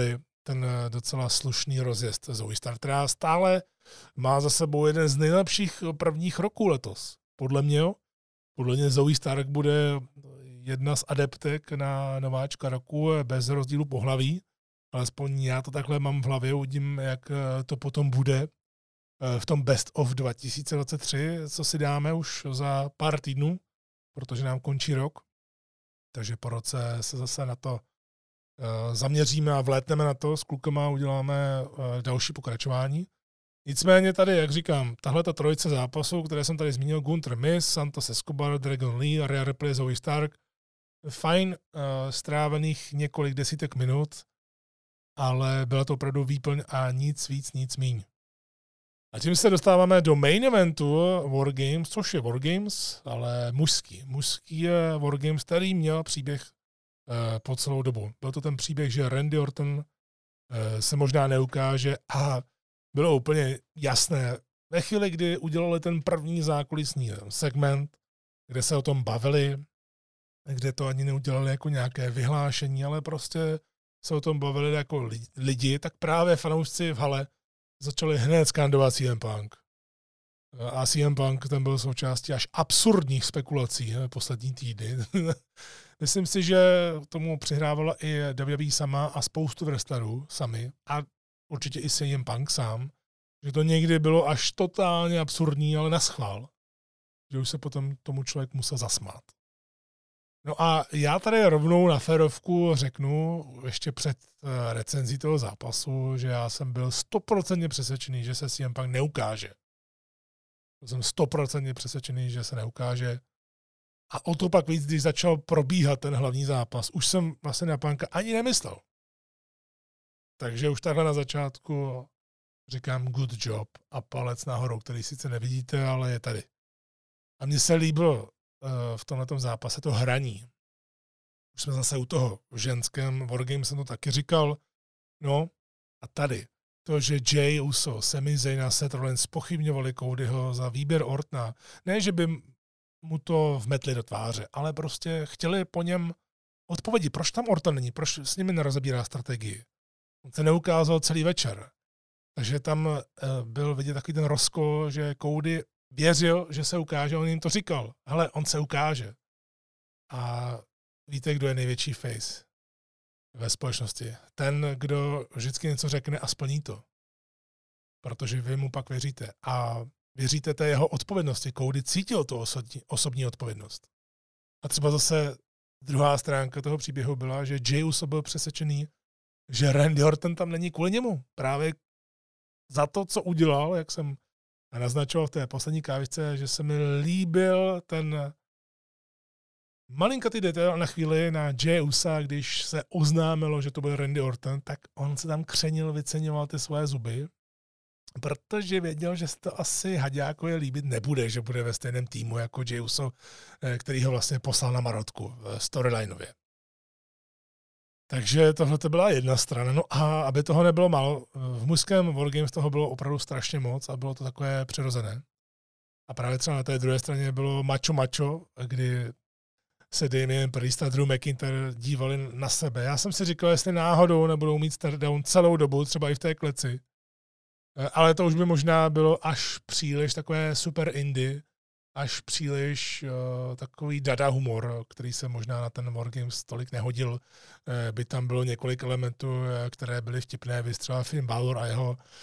ten docela slušný rozjezd Zoe Stark, která stále má za sebou jeden z nejlepších prvních roků letos. Podle mě Zoe Stark bude jedna z adeptek na nováčka roku bez rozdílu pohlaví. Alespoň já to takhle mám v hlavě, uvidím, jak to potom bude v tom Best of 2023, co si dáme už za pár týdnů, protože nám končí rok. Takže po roce se zase na to zaměříme a vlétneme na to, s klukama uděláme další pokračování. Nicméně tady, jak říkám, tahleta trojice zápasů, které jsem tady zmínil, Gunther Miz, Santos Escobar, Dragon Lee a Rhea Ripley, Zoe Stark, fajn, strávených několik desítek minut, ale byla to opravdu výplň a nic víc, nic míň. A tím se dostáváme do main eventu Wargames, což je Wargames, ale mužský. Mužský je Wargames, který měl příběh po celou dobu. Byl to ten příběh, že Randy Orton se možná neukáže a bylo úplně jasné. Ve chvíli, kdy udělali ten první zákulisní segment, kde se o tom bavili, kde to ani neudělali jako nějaké vyhlášení, ale prostě se o tom bavili jako lidi, tak právě fanoušci v hale začali hned skandovat CM Punk. A CM Punk ten byl součástí až absurdních spekulací poslední týdny. Myslím si, že tomu přihrávala i WWE sama a spoustu wrestlerů sami a určitě i CM Punk sám, že to někdy bylo až totálně absurdní, ale naschvál. Že už se potom tomu člověk musel zasmát. No a já tady rovnou na férovku řeknu ještě před recenzí toho zápasu, že já jsem byl 100% přesvědčený, že se CM Punk neukáže. Jsem 100% přesvědčený, že se neukáže. A o to pak víc, když začal probíhat ten hlavní zápas, už jsem vlastně na Punka ani nemyslel. Takže už takhle na začátku říkám good job a palec nahoru, který sice nevidíte, ale je tady. A mně se líbilo v tomhletom zápase to hraní. Už jsme zase u toho. V ženském Wargame jsem to taky říkal. No a tady. To, že Jay Uso, Sami Zayn a Seth Rollins zpochybňovali Codyho za výběr Ortona. Ne, že by mu to vmetli do tváře, ale prostě chtěli po něm odpovědi. Proč tam Orton není? Proč s nimi nerozebírá strategii? On se neukázal celý večer. Takže tam byl vidět takový ten rozkol, že Cody věřil, že se ukáže, on jim to říkal. Hele, on se ukáže. A víte, kdo je největší face ve společnosti? Ten, kdo vždycky něco řekne a splní to. Protože vy mu pak věříte. A věříte té jeho odpovědnosti. Cody cítil tu osobní odpovědnost. A třeba zase druhá stránka toho příběhu byla, že Jey Uso byl přesvědčený, že Randy Orton tam není kvůli němu. Právě za to, co udělal, jak jsem naznačoval v té poslední kávičce, že se mi líbil ten malinkatý detail na chvíli na Jey Usa, když se oznámilo, že to byl Randy Orton, tak on se tam křenil, vyceňoval ty svoje zuby, protože věděl, že se to asi Haďákovi líbit nebude, že bude ve stejném týmu jako Jey Uso, který ho vlastně poslal na marotku storylineově. Takže tohle to byla jedna strana. No a aby toho nebylo málo, v mužském Wargames toho bylo opravdu strašně moc a bylo to takové přirozené. A právě třeba na té druhé straně bylo macho, kdy se Damien Priest a Drew McIntyre dívali na sebe. Já jsem si říkal, jestli náhodou nebudou mít stare-down celou dobu, třeba i v té kleci. Ale to už by možná bylo až příliš takové super indie, až příliš takový dada humor, který se možná na ten Wargames tolik nehodil. By tam bylo několik elementů, které byly vtipné, vystřela Finn Balor a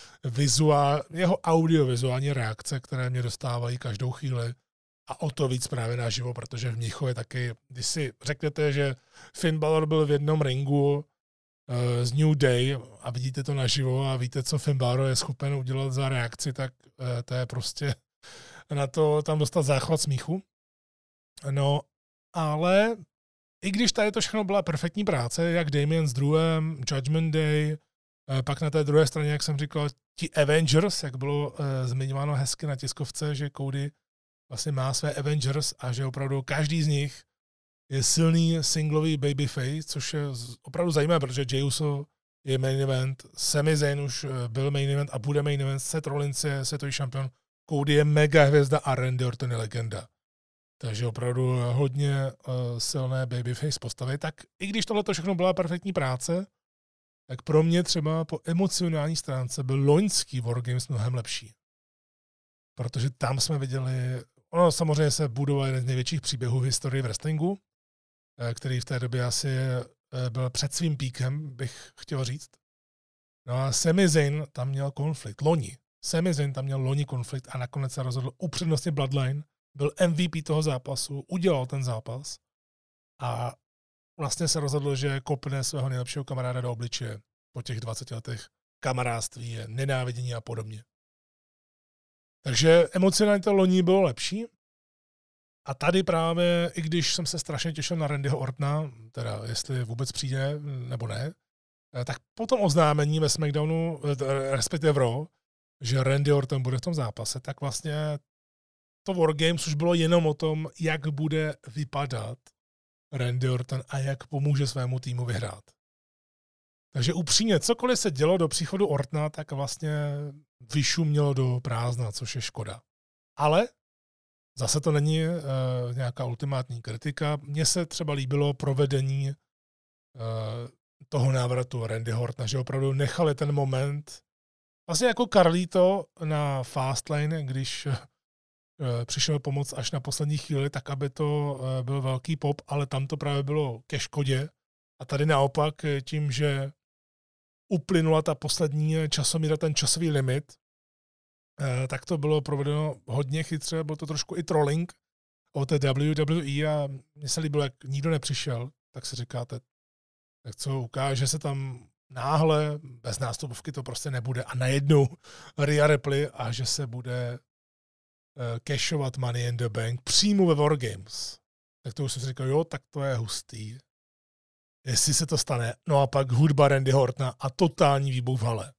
jeho audiovizuální reakce, které mě dostávají každou chvíli. A o to víc právě naživo, protože v Mnichově taky, když si řeknete, že Finn Balor byl v jednom ringu z New Day a vidíte to naživo a víte, co Finn Balor je schopen udělat za reakci, tak to je prostě na to tam dostat záchvat smíchu. No, ale i když tady to všechno byla perfektní práce, jak Damien s Drewem, Judgment Day, pak na té druhé straně, jak jsem říkal, ti Avengers, jak bylo zmiňováno hezky na tiskovce, že Cody vlastně má své Avengers a že opravdu každý z nich je silný singlový babyface, což je opravdu zajímavé, protože Jey Uso je main event, Sami Zayn už byl main event a bude main event, Seth Rollins je světový šampion, Cody je mega hvězda a Randy Orton je legenda. Takže opravdu hodně silné babyface postavy. Tak i když tohle všechno byla perfektní práce, tak pro mě třeba po emocionální stránce byl loňský Wargames mnohem lepší. Protože tam jsme viděli, ono samozřejmě se budoval jeden z největších příběhů v historii wrestlingu, který v té době asi byl před svým píkem, bych chtěl říct. No a Sami Zayn tam měl konflikt, loni. Sami Zayn tam měl loni konflikt a nakonec se rozhodl upřednostnit Bloodline, byl MVP toho zápasu, udělal ten zápas a vlastně se rozhodl, že kopne svého nejlepšího kamaráda do obličeje po těch 20 letech kamarádství, nenávidění a podobně. Takže emocionálně to loni bylo lepší. A tady právě, i když jsem se strašně těšil na Randyho Ortona, teda jestli vůbec přijde nebo ne, tak po tom oznámení ve SmackDownu, respektive v Raw, že Randy Orton bude v tom zápase, tak vlastně to Wargames už bylo jenom o tom, jak bude vypadat Randy Orton a jak pomůže svému týmu vyhrát. Takže upřímně, cokoliv se dělo do příchodu Ortona, tak vlastně vyšumělo do prázdna, což je škoda. Ale zase to není nějaká ultimátní kritika. Mně se třeba líbilo provedení toho návratu Randy Ortona, že opravdu nechali ten moment, vlastně jako Carlito na Fastlane, když přišel pomoct až na poslední chvíli, tak aby to byl velký pop, ale tam to právě bylo ke škodě. A tady naopak tím, že uplynula ta poslední časomíra, ten časový limit, tak to bylo provedeno hodně chytře, bylo to trošku i trolling o té WWE a mně se líbilo, jak nikdo nepřišel, tak si říkáte, tak co ukáže se tam náhle, bez nástupovky to prostě nebude a najednou Rhea Ripley a že se bude cashovat Money in the Bank přímo ve Wargames. Tak to už jsem si říkal, jo, tak to je hustý. Jestli se to stane. No a pak hudba Randy Ortona a totální výbuch v hale.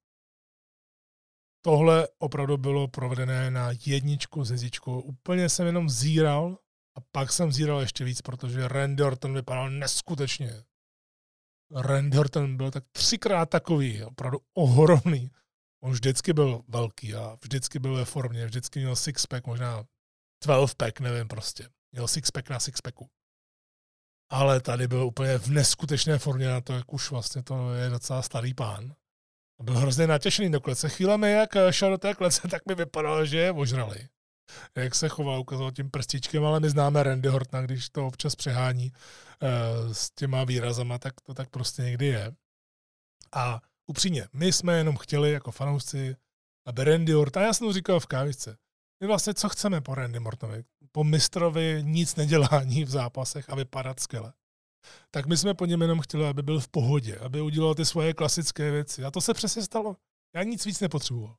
Tohle opravdu bylo provedené na jedničku s hvězdičkou. Úplně jsem jenom zíral a pak jsem zíral ještě víc, protože Randy Orton vypadal neskutečně. Randy Orton byl tak 3krát takový, opravdu ohromný. On vždycky byl velký a vždycky byl ve formě, vždycky měl sixpack, možná 12pack, nevím prostě. Měl sixpack na sixpacku. Ale tady byl úplně v neskutečné formě na to, jak už vlastně to je docela starý pán. A byl hrozně natěšený do klece. Chvílemi, jak šel do té klece, tak mi vypadalo, že je ožralý. Jak se choval, ukazoval tím prstičkem, ale my známe Randy Ortona, když to občas přehání s těma výrazama, tak to tak prostě někdy je. A upřímně, my jsme jenom chtěli jako fanoušci, aby Randy Orton, já jsem to říkal v kávičce, my vlastně co chceme po Randy Ortonovi? Po mistrovi nic nedělání v zápasech a vypadat skvěle. Tak my jsme po něm jenom chtěli, aby byl v pohodě, aby udělal ty svoje klasické věci. A to se přesně stalo. Já nic víc nepotřeboval.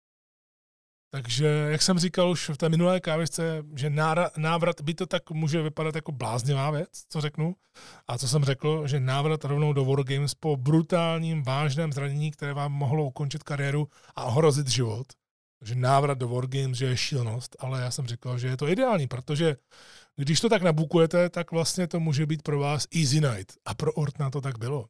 Takže, jak jsem říkal už v té minulé kávičce, že návrat, by to tak může vypadat jako bláznivá věc, co řeknu. A co jsem řekl, že návrat rovnou do Wargames po brutálním, vážném zranění, které vám mohlo ukončit kariéru a ohrozit život. Takže návrat do Wargames, že je šílenost, ale já jsem říkal, že je to ideální, protože když to tak nabukujete, tak vlastně to může být pro vás easy night. A pro Ortona to tak bylo.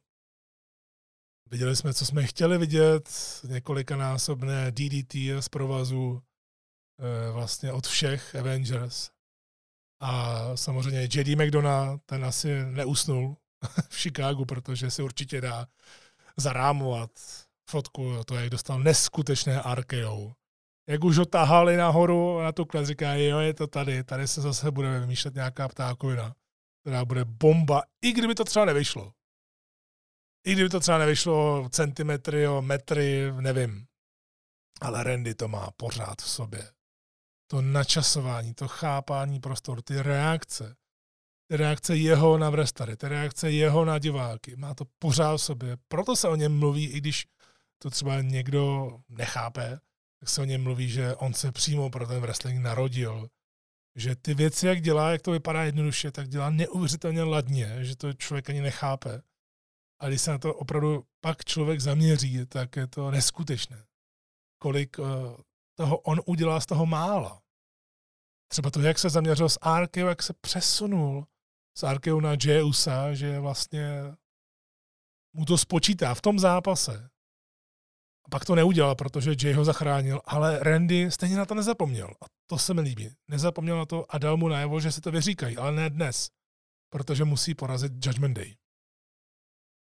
Viděli jsme, co jsme chtěli vidět, několikanásobné DDT z provazu vlastně od všech Avengers. A samozřejmě JD McDonough, ten asi neusnul v Chicagu, protože si určitě dá zarámovat fotku, to jak dostal neskutečné RKO. Jak už ho tahali nahoru na tu klec, říká, jo, je to tady se zase bude vymýšlet nějaká ptákovina, která bude bomba, i kdyby to třeba nevyšlo. I kdyby to třeba nevyšlo centimetry, metry, nevím. Ale Randy to má pořád v sobě. To načasování, to chápání prostoru, ty reakce jeho na wrestlery, ty reakce jeho na diváky, má to pořád v sobě. Proto se o něm mluví, i když to třeba někdo nechápe, tak se o něm mluví, že on se přímo pro ten wrestling narodil. Že ty věci, jak dělá, jak to vypadá jednoduše, tak dělá neuvěřitelně ladně, že to člověk ani nechápe. A když se na to opravdu pak člověk zaměří, tak je to neskutečné. Kolik toho on udělá z toho mála. Třeba to, jak se zaměřil s RKO, jak se přesunul z RKO na Jey Usa, že vlastně mu to spočítá v tom zápase. A pak to neudělal, protože Jay ho zachránil, ale Randy stejně na to nezapomněl. A to se mi líbí. Nezapomněl na to a dal mu najevo, že si to vyříkají, ale ne dnes, protože musí porazit Judgment Day.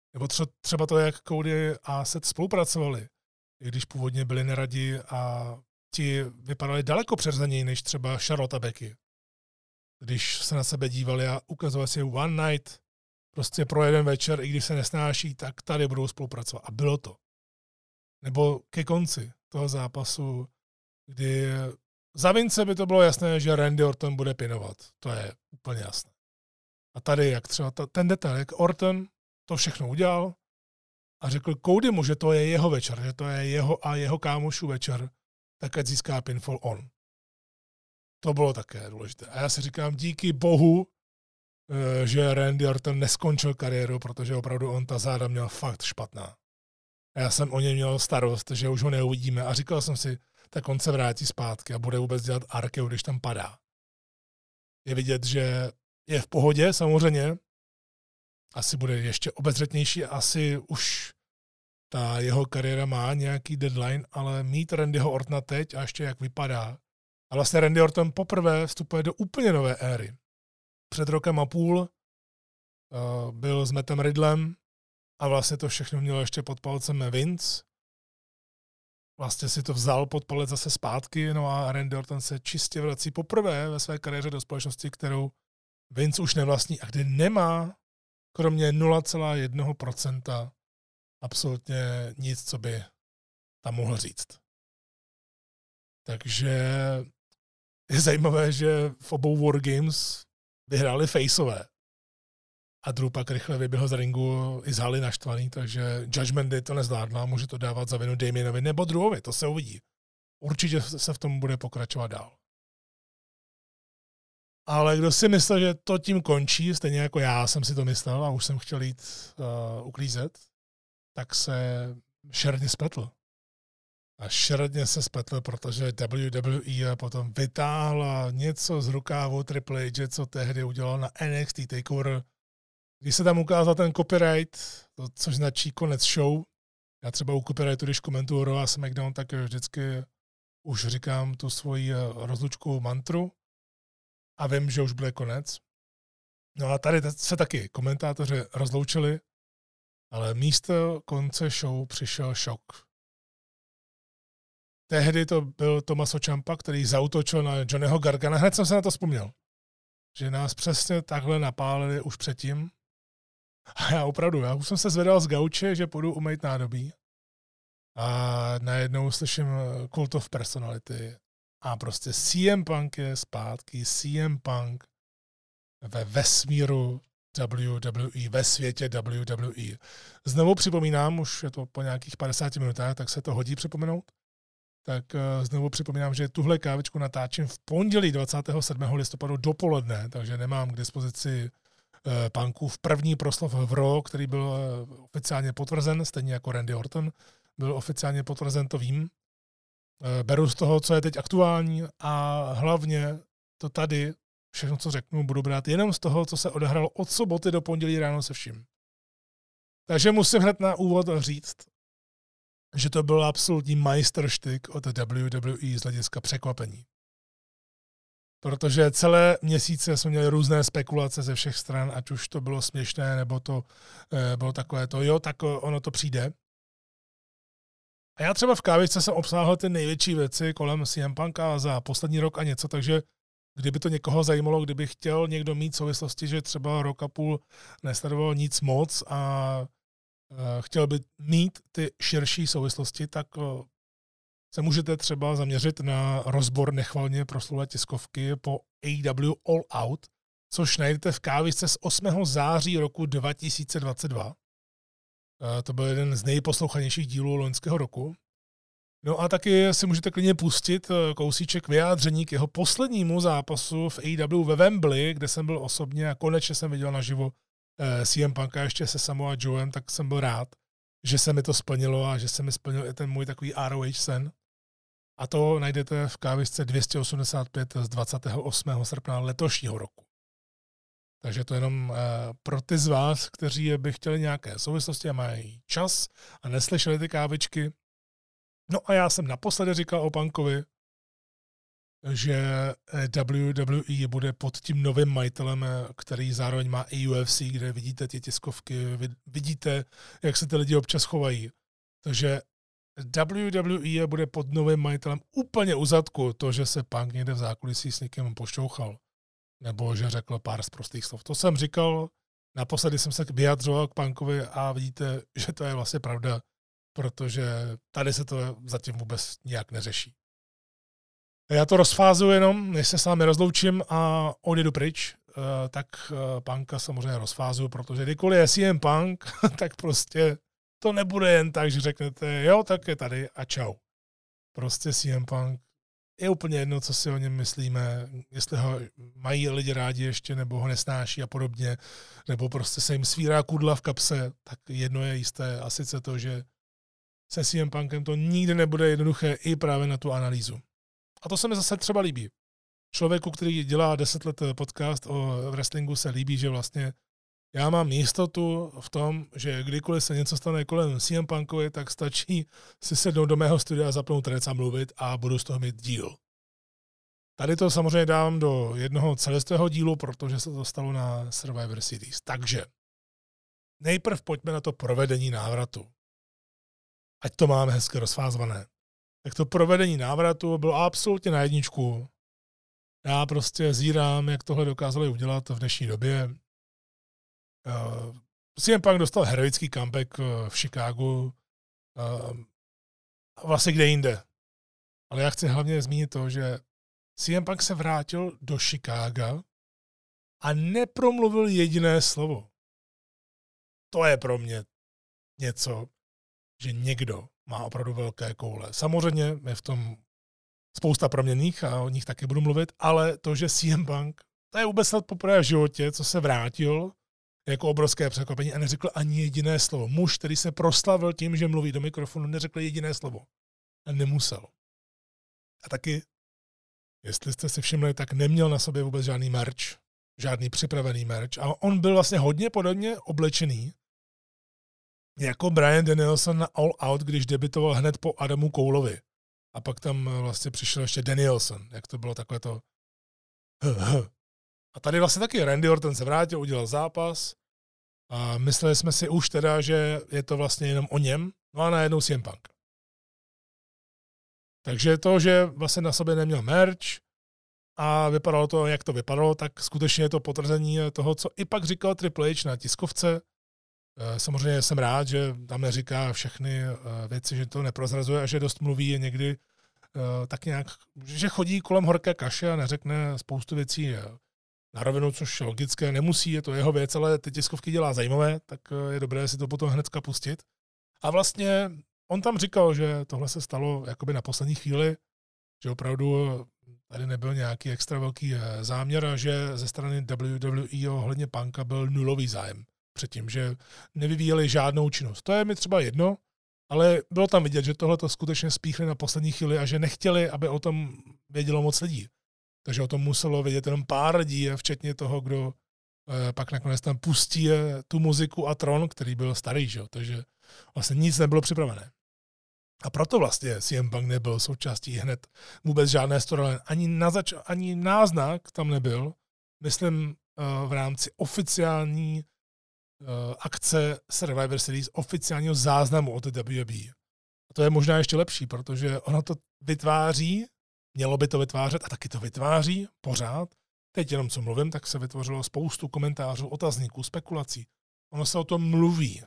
Nebo třeba to, jak Cody a Seth spolupracovali, i když původně byli neradi a ti vypadali daleko přirozeněji než třeba Charlotte a Becky. Když se na sebe dívali a ukazovali si one night, prostě pro jeden večer, i když se nesnáší, tak tady budou spolupracovat. A bylo to. Nebo ke konci toho zápasu, kdy za Vince by to bylo jasné, že Randy Orton bude pinovat. To je úplně jasné. A tady, jak třeba ten detail, jak Orton to všechno udělal a řekl Codymu, že to je jeho večer, že to je jeho a jeho kámošů večer, tak ať získá pinfall on. To bylo také důležité. A já si říkám, díky bohu, že Randy Orton neskončil kariéru, protože opravdu on ta záda měl fakt špatná. A já jsem o něj měl starost, že už ho neuvidíme a říkal jsem si, tak on se vrátí zpátky a bude vůbec dělat arkeu, když tam padá. Je vidět, že je v pohodě samozřejmě, asi bude ještě obezřetnější, asi už ta jeho kariéra má nějaký deadline, ale mít Randyho Ortona teď a ještě jak vypadá. A vlastně Randy Orton poprvé vstupuje do úplně nové éry. Před rokem a půl byl s Mattem Riddlem a vlastně to všechno mělo ještě pod palcem Vince. Vlastně si to vzal pod palec zase zpátky, no a Randy Orton se čistě vrací poprvé ve své kariéře do společnosti, kterou Vince už nevlastní a kde nemá kromě 0,1% absolutně nic, co by tam mohl říct. Takže je zajímavé, že v obou Wargames vyhráli faceové. A Drew pak rychle vyběhl z ringu i z haly naštvaný, takže Judgment Day to nezvládla, může to dávat za vinu Damienovi nebo Drewovi, to se uvidí. Určitě se v tom bude pokračovat dál. Ale kdo si myslel, že to tím končí, stejně jako já jsem si to myslel a už jsem chtěl jít uklízet, tak se šeredně spletl. A šeredně se spletl, protože WWE potom vytáhla něco z rukávu Triple H, co tehdy udělal na NXT TakeOver, když se tam ukázal ten copyright, což značí konec show. Já třeba u copyrightu, když komentuju Raw a SmackDown, tak vždycky už říkám tu svoji rozlučku mantru a vím, že už bude konec. No a tady se taky komentátoři rozloučili, ale místo konce show přišel šok. Tehdy to byl Tommaso Ciampa, který zaútočil na Johnnyho Gargana. Hned jsem se na to vzpomněl, že nás přesně takhle napálili už předtím. A já už jsem se zvedal z gauče, že půjdu umýt nádobí. A najednou slyším Cult of Personality. A prostě CM Punk je zpátky. CM Punk ve vesmíru WWE, ve světě WWE. Znovu připomínám, už je to po nějakých 50 minutách, tak se to hodí připomenout. Tak znovu připomínám, že tuhle kávičku natáčím v pondělí 27. listopadu dopoledne, takže nemám k dispozici Punkův první proslov v Raw, který byl oficiálně potvrzen, stejně jako Randy Orton byl oficiálně potvrzen, to vím. Beru z toho, co je teď aktuální a hlavně to tady, všechno, co řeknu, budu brát jenom z toho, co se odehralo od soboty do pondělí ráno se vším. Takže musím hned na úvod říct, že to byl absolutní majstrštyk od WWE z hlediska překvapení. Protože celé měsíce jsme měli různé spekulace ze všech stran, ať už to bylo směšné, nebo to bylo takové to, jo, tak ono to přijde. A já třeba v kávičce jsem obsáhl ty největší věci kolem CM Punka za poslední rok a něco, takže kdyby to někoho zajímalo, kdyby chtěl někdo mít souvislosti, že třeba rok a půl nesledoval nic moc a chtěl by mít ty širší souvislosti, tak se můžete třeba zaměřit na rozbor nechvalně proslulé tiskovky po AEW All Out, což najdete v kávičce z 8. září roku 2022. To byl jeden z nejposlouchanějších dílů loňského roku. No a taky si můžete klidně pustit kousíček vyjádření k jeho poslednímu zápasu v AEW ve Wembley, kde jsem byl osobně a konečně jsem viděl naživo CM Punka ještě se Samoa Joem, tak jsem byl rád, že se mi to splnilo a že se mi splnil i ten můj takový ROH sen. A to najdete v kávičce 285 z 28. srpna letošního roku. Takže to jenom pro ty z vás, kteří by chtěli nějaké souvislosti a mají čas a neslyšeli ty kávičky. No a já jsem naposledy říkal o Punkovi že WWE bude pod tím novým majitelem, který zároveň má i UFC, kde vidíte ty tiskovky, vidíte, jak se ty lidi občas chovají. Takže WWE bude pod novým majitelem úplně u zadku to, že se Punk někde v zákulisí s někým pošťouchal. Nebo že řekl pár sprostých slov. To jsem říkal, naposledy jsem se vyjadřoval k Punkovi a vidíte, že to je vlastně pravda, protože tady se to zatím vůbec nijak neřeší. Já to rozfázuji jenom, než se s vámi rozloučím a odjedu pryč, tak Punka samozřejmě rozfázuju, protože kdykoliv je CM Punk, tak prostě to nebude jen tak, že řeknete, jo, tak je tady a čau. Prostě CM Punk je úplně jedno, co si o něm myslíme, jestli ho mají lidi rádi ještě, nebo ho nesnáší a podobně, nebo prostě se jim svírá kudla v kapse, tak jedno je jisté a sice to, že se CM Punkem to nikdy nebude jednoduché i právě na tu analýzu. A to se mi zase třeba líbí. Člověku, který dělá 10 let podcast o wrestlingu, se líbí, že vlastně já mám jistotu v tom, že kdykoliv se něco stane kolem CM Punkovi, tak stačí si sednout do mého studia, zapnout rec a mluvit a budu z toho mít díl. Tady to samozřejmě dám do jednoho celistvého dílu, protože se to stalo na Survivor Series. Takže nejprv pojďme na to provedení návratu. Ať to máme hezky rozfázvané. Tak to provedení návratu bylo absolutně na jedničku. Já prostě zírám, jak tohle dokázali udělat v dnešní době. CM Punk dostal heroický comeback v Chicagu. Vlastně kde jinde. Ale já chci hlavně zmínit to, že CM Punk se vrátil do Chicaga a nepromluvil jediné slovo. To je pro mě něco, že někdo má opravdu velké koule. Samozřejmě je v tom spousta proměnných a o nich taky budu mluvit, ale to, že CM Punk, to je vůbec snad poprvé v životě, co se vrátil jako obrovské překvapení a neřekl ani jediné slovo. Muž, který se proslavil tím, že mluví do mikrofonu, neřekl jediné slovo. A nemusel. A taky, jestli jste si všimli, tak neměl na sobě vůbec žádný merch, žádný připravený merch. A on byl vlastně hodně podobně oblečený, jako Bryan Danielson na All Out, když debitoval hned po Adamu Coulovi. A pak tam vlastně přišel ještě Danielson, jak to bylo takové to A tady vlastně taky Randy Orton se vrátil, udělal zápas a mysleli jsme si už teda, že je to vlastně jenom o něm, no a najednou CM Punk. Takže to, že vlastně na sobě neměl merch a vypadalo to, jak to vypadalo, tak skutečně je to potvrzení toho, co i pak říkal Triple H na tiskovce. Samozřejmě jsem rád, že tam neříká všechny věci, že to neprozrazuje a že dost mluví někdy tak nějak, že chodí kolem horké kaše a neřekne spoustu věcí na rovinu, což logické nemusí, je to jeho věc, ale ty tiskovky dělá zajímavé, tak je dobré si to potom hnedka pustit. A vlastně on tam říkal, že tohle se stalo jakoby na poslední chvíli, že opravdu tady nebyl nějaký extra velký záměr a že ze strany WWE ohledně Punka byl nulový zájem předtím, že nevyvíjeli žádnou činnost. To je mi třeba jedno, ale bylo tam vidět, že tohle to skutečně spíchli na poslední chvíli a že nechtěli, aby o tom vědělo moc lidí. Takže o tom muselo vědět jenom pár lidí, včetně toho, kdo pak nakonec tam pustí tu muziku a Tron, který byl starý, že? Takže vlastně nic nebylo připravené. A proto vlastně CM Punk nebyl součástí hned vůbec žádné storyline. Ani náznak tam nebyl, myslím v rámci oficiální akce Survivor Series, oficiálního záznamu od WWE. A to je možná ještě lepší, protože ono to vytváří, mělo by to vytvářet a taky to vytváří pořád. Teď jenom co mluvím, tak se vytvořilo spoustu komentářů, otazníků, spekulací. Ono se o tom mluví.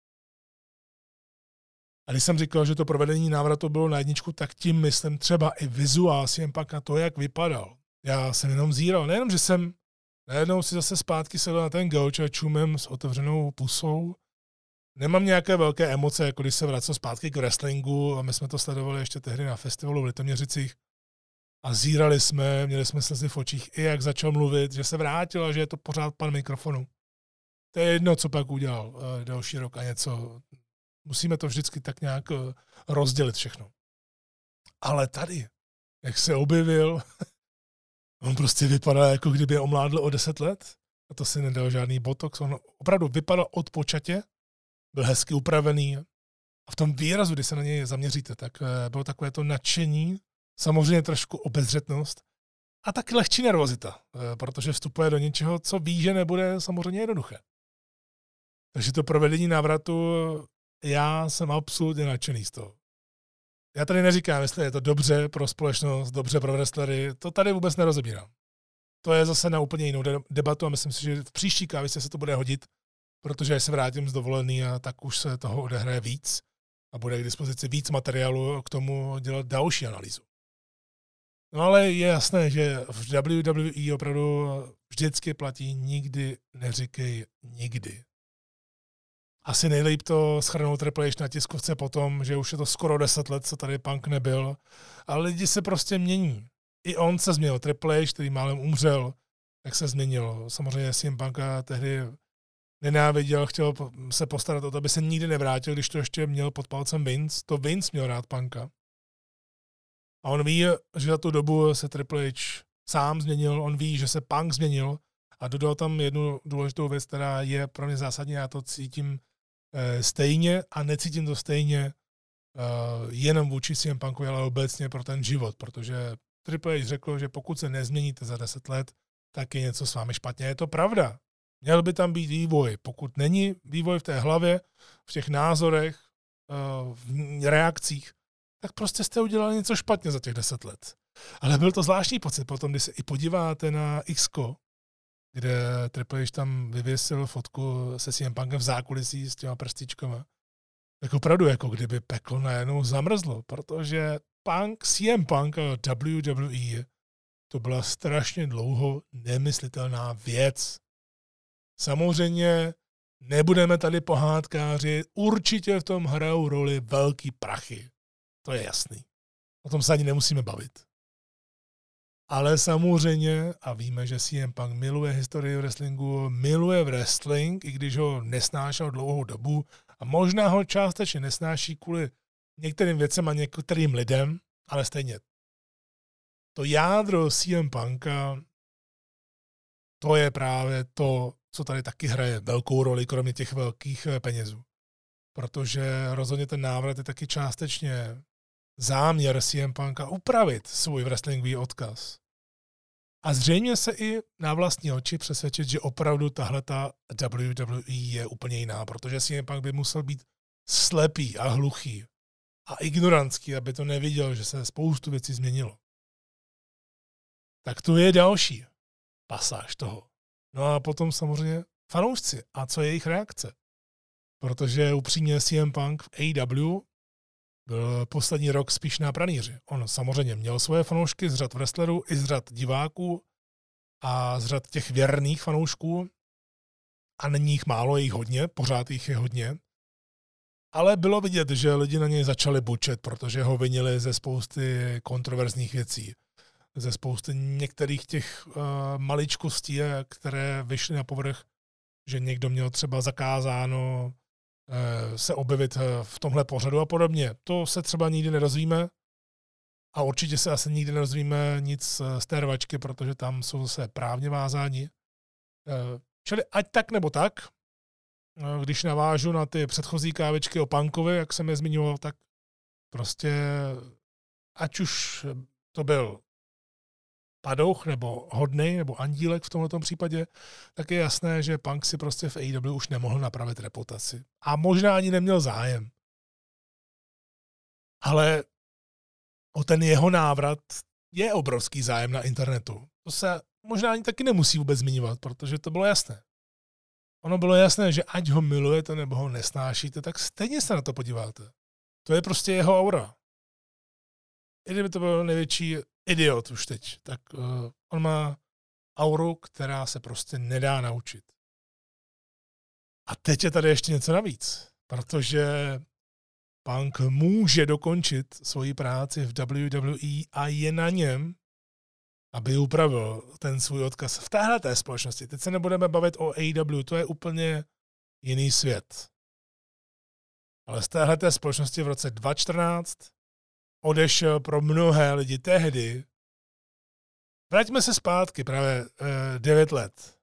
A když jsem říkal, že to provedení návratu bylo na jedničku, tak tím myslím třeba i vizuál CM Punka, to, jak vypadal. Já jsem jenom zíral, nejenom, že jsem najednou si zase zpátky sedl na ten gauč a čumem s otevřenou pusou. Nemám nějaké velké emoce, jako když se vracel zpátky k wrestlingu a my jsme to sledovali ještě tehdy na festivalu v Litoměřicích a zírali jsme, měli jsme slzy v očích i jak začal mluvit, že se vrátil a že je to pořád pan mikrofonu. To je jedno, co pak udělal další rok a něco. Musíme to vždycky tak nějak rozdělit všechno. Ale tady, jak se objevil, on prostě vypadal, jako kdyby je omládl o 10 let. A to si nedal žádný botox. On opravdu vypadal odpočatě, byl hezky upravený. A v tom výrazu, když se na něj zaměříte, tak bylo takové to nadšení samozřejmě trošku obezřetnost a taky lehčí nervozita, protože vstupuje do něčeho, co ví, že nebude samozřejmě jednoduché. Takže to provedení návratu, já jsem absolutně nadšený z toho. Já tady neříkám, jestli je to dobře pro společnost, dobře pro wrestlery, to tady vůbec nerozebírám. To je zase na úplně jinou debatu a myslím si, že v příští kávici se to bude hodit, protože až se vrátím z dovolený a tak už se toho odehraje víc a bude k dispozici víc materiálu k tomu dělat další analýzu. No ale je jasné, že v WWE opravdu vždycky platí nikdy neříkej nikdy. Asi nejlíp to shrnout Triple H na tiskovce potom, že už je to skoro 10 let, co tady Punk nebyl, ale lidi se prostě mění. I on se změnil. Triple H, který málem umřel, tak se změnil. Samozřejmě CM Punka tehdy nenáviděl, chtěl se postarat o to, aby se nikdy nevrátil, když to ještě měl pod palcem Vince. To Vince měl rád Punka. A on ví, že za tu dobu se Triple H sám změnil, on ví, že se Punk změnil a dodal tam jednu důležitou věc, která je pro mě zásadní, já to cítím stejně a necítím to stejně jenom vůči CM Punkovi, ale obecně pro ten život, protože Triple H řekl, že pokud se nezměníte za 10 let, tak je něco s vámi špatně. Je to pravda. Měl by tam být vývoj. Pokud není vývoj v té hlavě, v těch názorech, v reakcích, tak prostě jste udělali něco špatně za těch 10 let. Ale byl to zvláštní pocit potom, když se i podíváte na X-ko, kde Triple H tam vyvěsil fotku se CM Punkem v zákulisí s těma prstičkama. Tak opravdu, jako kdyby peklo najednou zamrzlo, protože CM Punk a WWE to byla strašně dlouho nemyslitelná věc. Samozřejmě nebudeme tady pohádkáři, určitě v tom hrajou roli velký prachy. To je jasný. O tom se ani nemusíme bavit. Ale samozřejmě, a víme, že CM Punk miluje historii wrestlingu, miluje wrestling, i když ho nesnášel dlouhou dobu a možná ho částečně nesnáší kvůli některým věcem a některým lidem, ale stejně. To jádro CM Punka, to je právě to, co tady taky hraje velkou roli, kromě těch velkých penězů. Protože rozhodně ten návrat je taky částečně záměr CM Punka upravit svůj wrestlingový odkaz. A zřejmě se i na vlastní oči přesvědčit, že opravdu tahleta WWE je úplně jiná, protože CM Punk by musel být slepý a hluchý a ignorantský, aby to neviděl, že se spoustu věcí změnilo. Tak to je další pasáž toho. No a potom samozřejmě fanoušci. A co je jejich reakce? Protože upřímně CM Punk v AEW byl poslední rok spíš na pranýři. On samozřejmě měl svoje fanoušky z řad wrestlerů i z řad diváků a z řad těch věrných fanoušků. A není jich málo, je jich hodně, pořád jich je hodně. Ale bylo vidět, že lidi na něj začali bučet, protože ho vinili ze spousty kontroverzních věcí. Ze spousty některých těch maličkostí, které vyšly na povrch, že někdo měl třeba zakázáno se objevit v tomhle pořadu a podobně. To se třeba nikdy nerozvíme a určitě se asi nikdy nerozvíme nic z té rvačky, protože tam jsou zase právně vázáni. Čili ať tak nebo tak, když navážu na ty předchozí kávičky o Punkovi, jak jsem je zmiňoval, tak prostě ať už to byl padouch nebo hodnej nebo andílek v tomto případě, tak je jasné, že Punk si prostě v AEW už nemohl napravit reputaci. A možná ani neměl zájem. Ale o ten jeho návrat je obrovský zájem na internetu. To se možná ani taky nemusí vůbec zmiňovat, protože to bylo jasné. Ono bylo jasné, že ať ho milujete nebo ho nesnášíte, tak stejně se na to podíváte. To je prostě jeho aura. I kdyby to byl největší idiot už teď, tak on má auru, která se prostě nedá naučit. A teď je tady ještě něco navíc, protože Punk může dokončit svoji práci v WWE a je na něm, aby upravil ten svůj odkaz v téhleté společnosti. Teď se nebudeme bavit o AEW, to je úplně jiný svět. Ale z téhleté společnosti v roce 2014 odešel pro mnohé lidi tehdy. Vraťme se zpátky, právě 9 let.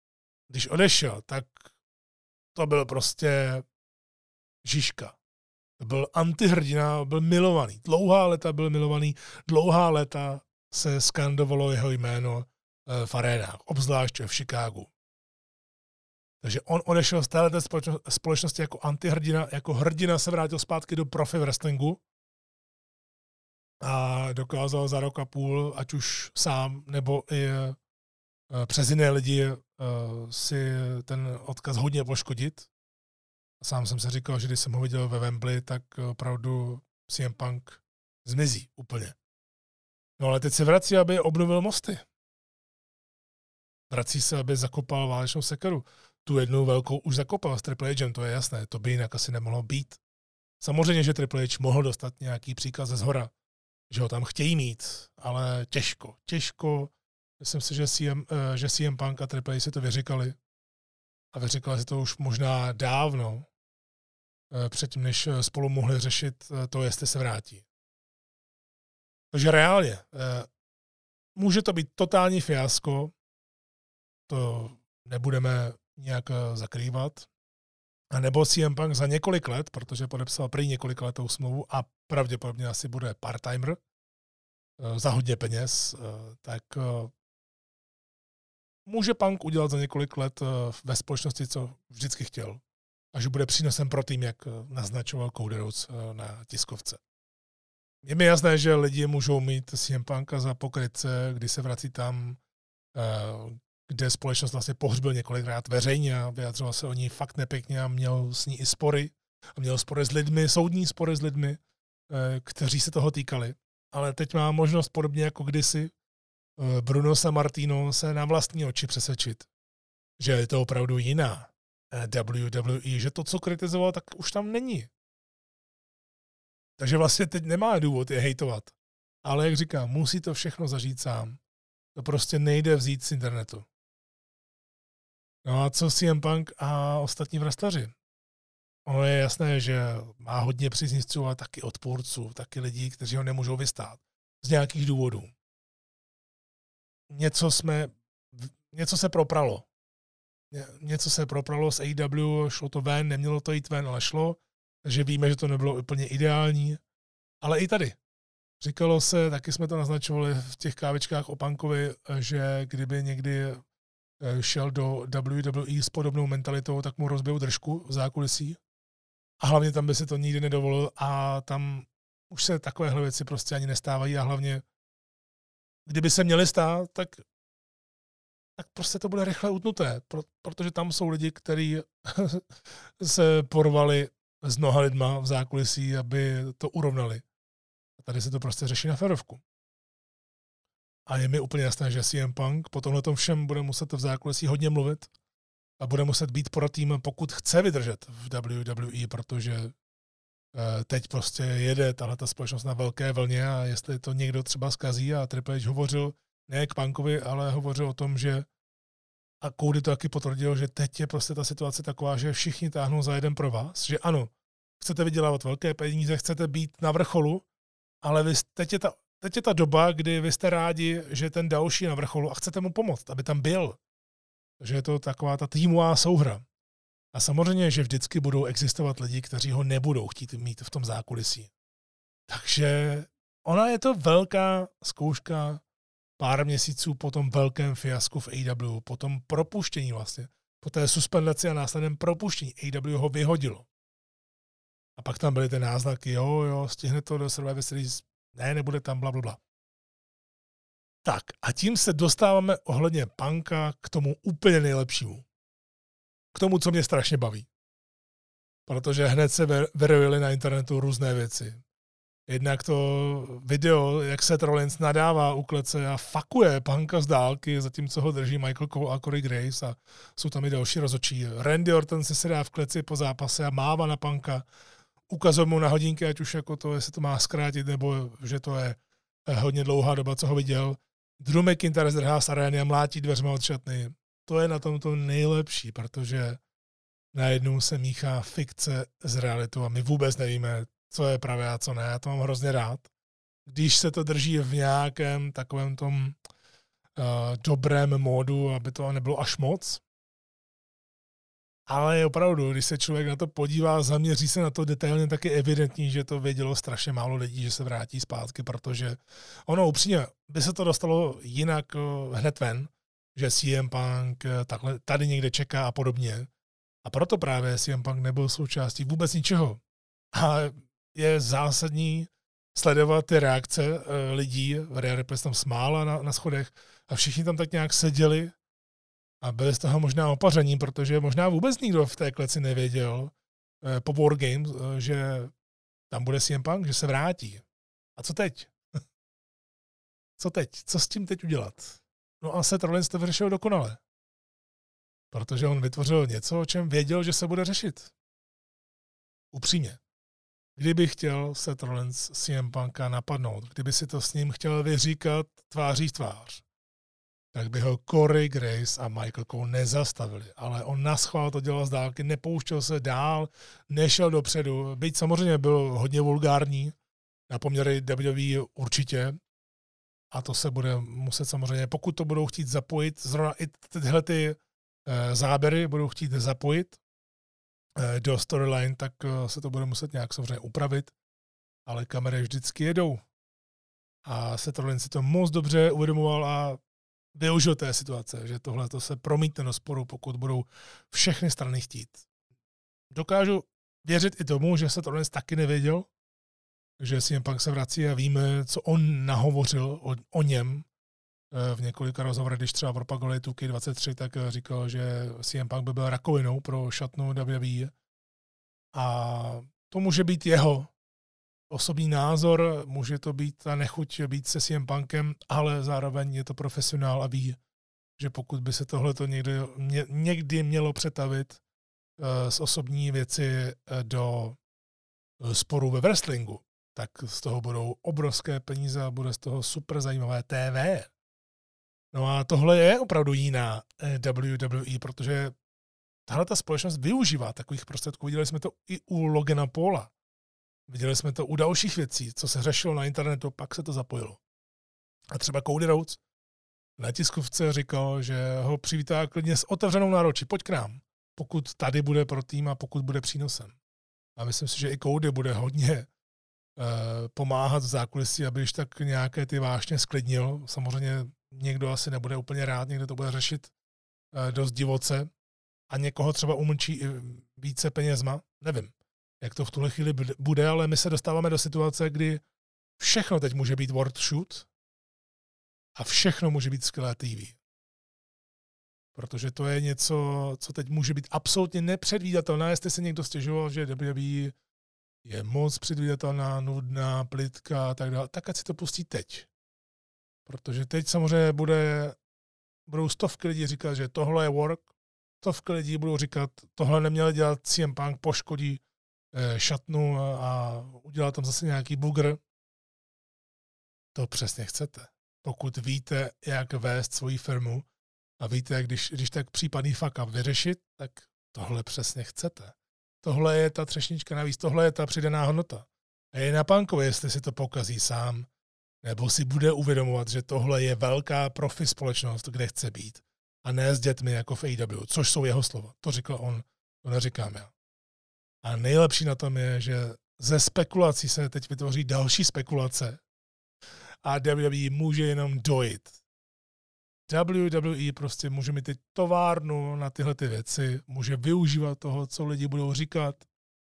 Když odešel, tak to byl prostě Žižka. Byl antihrdina, byl milovaný. Dlouhá léta byl milovaný, dlouhá léta se skandovalo jeho jméno v arénách, obzvlášť v Chicagu. Takže on odešel z této společnosti jako antihrdina, jako hrdina se vrátil zpátky do profi wrestlingu a dokázal za rok a půl, ať už sám, nebo i přes jiné lidi si ten odkaz hodně poškodit. Sám jsem se říkal, že když jsem ho viděl ve Wembley, tak opravdu CM Punk zmizí úplně. No ale teď se vrací, aby obnovil mosty. Vrací se, aby zakopal válečnou sekeru. Tu jednu velkou už zakopal s Triple Hem, to je jasné, to by jinak asi nemohlo být. Samozřejmě, že Triple H mohl dostat nějaký příkaz ze zhora, že ho tam chtějí mít, ale těžko. Myslím si, že CM Punk a Triple H si to vyříkali. A vyříkali si to už možná dávno, předtím, než spolu mohli řešit to, jestli se vrátí. Takže reálně, může to být totální fiasko, to nebudeme nějak zakrývat, a nebo CM Punk za několik let, protože podepsal prý několik letou smlouvu a pravděpodobně asi bude part-timer za hodně peněz, tak může Punk udělat za několik let ve společnosti, co vždycky chtěl. A že bude přínosem pro tým, jak naznačoval Cody Rhodes na tiskovce. Je mi jasné, že lidi můžou mít CM Punka za pokrytce, když se vrací tam, kde společnost vlastně pohřbil několikrát veřejně a vyjadřoval se o ní fakt nepěkně a měl s ní i spory. A měl spory s lidmi, soudní spory s lidmi, kteří se toho týkali. Ale teď má možnost podobně jako kdysi Bruno Sammartino se na vlastní oči přesvědčit, že je to opravdu jiná WWE, že to, co kritizoval, tak už tam není. Takže vlastně teď nemá důvod je hejtovat. Ale jak říkám, musí to všechno zažít sám. To prostě nejde vzít z internetu. No a co CM Punk a ostatní wrestleri? Ono je jasné, že má hodně příznivců, ale taky odpůrců, taky lidí, kteří ho nemůžou vystát. Z nějakých důvodů. Něco se propralo. Něco se propralo z AEW, šlo to ven, nemělo to jít ven, ale šlo. Takže víme, že to nebylo úplně ideální. Ale i tady. Říkalo se, taky jsme to naznačovali v těch kávičkách o Punkovi, že kdyby někdy šel do WWE s podobnou mentalitou, tak mu rozbijou držku v zákulisí. A hlavně tam by si to nikdy nedovolil a tam už se takovéhle věci prostě ani nestávají a hlavně, kdyby se měly stát, tak prostě to bude rychle utnuté, protože tam jsou lidi, kteří se porvali s mnoha lidma v zákulisí, aby to urovnali. A tady se to prostě řeší na férovku. A je mi úplně jasné, že CM Punk po tomhletom všem bude muset v zákulisí hodně mluvit a bude muset být pro tým, pokud chce vydržet v WWE, protože teď prostě jede tahleta společnost na velké vlně a jestli to někdo třeba zkazí a Triple H hovořil ne k Punkovi, ale hovořil o tom, že a Cody to taky potvrdil, že teď je prostě ta situace taková, že všichni táhnou za jeden pro vás, že ano, chcete vydělávat velké peníze, chcete být na vrcholu, ale teď je ta doba, kdy vy jste rádi, že ten další na vrcholu a chcete mu pomoct, aby tam byl. Takže je to taková ta týmová souhra. A samozřejmě, že vždycky budou existovat lidi, kteří ho nebudou chtít mít v tom zákulisí. Takže ona je to velká zkouška pár měsíců po tom velkém fiasku v AEW, po tom propuštění vlastně, po té suspendaci a následném propuštění AEW ho vyhodilo. A pak tam byly ty náznaky, jo, stihne to do Survivor Series, ne, nebude tam, blablabla. Tak a tím se dostáváme ohledně Punka k tomu úplně nejlepšímu. K tomu, co mě strašně baví. Protože hned se vyrojily na internetu různé věci. Jednak to video, jak Seth Rollins nadává u klece a fakuje Punka z dálky, zatímco ho drží Michael Cole a Corey Graves a jsou tam i další rozhodčí. Randy Orton se dá v kleci po zápase a mává na Punka. Ukazuje mu na hodinky, ať už jako to, jestli to má zkrátit, nebo že to je hodně dlouhá doba, co ho viděl. Drew McIntyre zdrhá z arény a mlátí dveřma od šatny. To je na tom to nejlepší, protože najednou se míchá fikce s realitou a my vůbec nevíme, co je pravé a co ne. Já to mám hrozně rád. Když se to drží v nějakém takovém tom dobrém módu, aby to nebylo až moc. Ale opravdu, když se člověk na to podívá, zaměří se na to detailně, tak je evidentní, že to vědělo strašně málo lidí, že se vrátí zpátky, protože ono upřímně by se to dostalo jinak hned ven, že CM Punk takhle tady někde čeká a podobně. A proto právě CM Punk nebyl součástí vůbec ničeho. A je zásadní sledovat ty reakce lidí. Rhea Ripley tam smála na schodech a všichni tam tak nějak seděli a byli z toho možná opaření, protože možná vůbec nikdo v té kleci nevěděl po War Games, že tam bude CM Punk, že se vrátí. A co teď? Co teď? Co s tím teď udělat? No a Seth Rollins to vyřešil dokonale. Protože on vytvořil něco, o čem věděl, že se bude řešit. Upřímně. Kdyby chtěl Seth Rollins CM Punka napadnout, kdyby si to s ním chtěl vyříkat tváří v tvář, tak by ho Corey Graves a Michael Cole nezastavili. Ale on naschvál to dělal z dálky, nepouštěl se dál, nešel dopředu. Byť samozřejmě byl hodně vulgární, na poměry WWE určitě. A to se bude muset samozřejmě, pokud to budou chtít zapojit, zrovna i tyhle ty záběry budou chtít zapojit do storyline, tak se to bude muset nějak samozřejmě upravit. Ale kamery vždycky jedou. A Seth Rollins si to moc dobře uvědomoval a využil té situace, že tohle to se promítne do sporu, pokud budou všechny strany chtít. Dokážu věřit i tomu, že Seth Rollins taky nevěděl, že CM Punk se vrací a víme, co on nahovořil o něm v několika rozhovorech, když třeba propagovali 2K23, tak říkal, že CM Punk by byl rakovinou pro šatnu WWE. A to může být jeho osobní názor, může to být ta nechuť být se CM Punkem, ale zároveň je to profesionál a ví, že pokud by se tohleto někdy mělo přetavit z osobní věci do sporu ve wrestlingu, tak z toho budou obrovské peníze a bude z toho super zajímavé TV. No a tohle je opravdu jiná WWE, protože tahle ta společnost využívá takových prostředků. Viděli jsme to i u Logana Paula. Viděli jsme to u dalších věcí, co se řešilo na internetu, pak se to zapojilo. A třeba Cody Rhodes na tiskovce říkal, že ho přivítá klidně s otevřenou náručí. Pojď k nám, pokud tady bude pro tým a pokud bude přínosem. A myslím si, že i Cody bude hodně pomáhat v zákulisí, aby když tak nějaké ty vášně sklidnil. Samozřejmě někdo asi nebude úplně rád, někdo to bude řešit dost divoce a někoho třeba umlčí i více penězma. Nevím, jak to v tuhle chvíli bude, ale my se dostáváme do situace, kdy všechno teď může být World Shoot a všechno může být skvělé TV. Protože to je něco, co teď může být absolutně nepředvídatelné. Jestli se někdo stěžoval, že WWE je moc předvídatelná, nudná, plitká a tak dále, tak ať si to pustí teď. Protože teď samozřejmě budou stovky lidí říkat, že tohle je work, stovky lidí budou říkat, tohle neměli dělat CM Punk, poškodí šatnu a udělá tam zase nějaký bugr. To přesně chcete. Pokud víte, jak vést svoji firmu a víte, jak když tak případný fuck up vyřešit, tak tohle přesně chcete. Tohle je ta třešnička navíc, tohle je ta přidaná hodnota. A je na Punkovi, jestli si to pokazí sám, nebo si bude uvědomovat, že tohle je velká profi společnost, kde chce být. A ne s dětmi jako v AEW, což jsou jeho slova. To říkal on, to neříkám já. A nejlepší na tom je, že ze spekulací se teď vytvoří další spekulace a WWE může jenom dojít. WWE prostě může mít teď továrnu na tyhle ty věci, může využívat toho, co lidi budou říkat,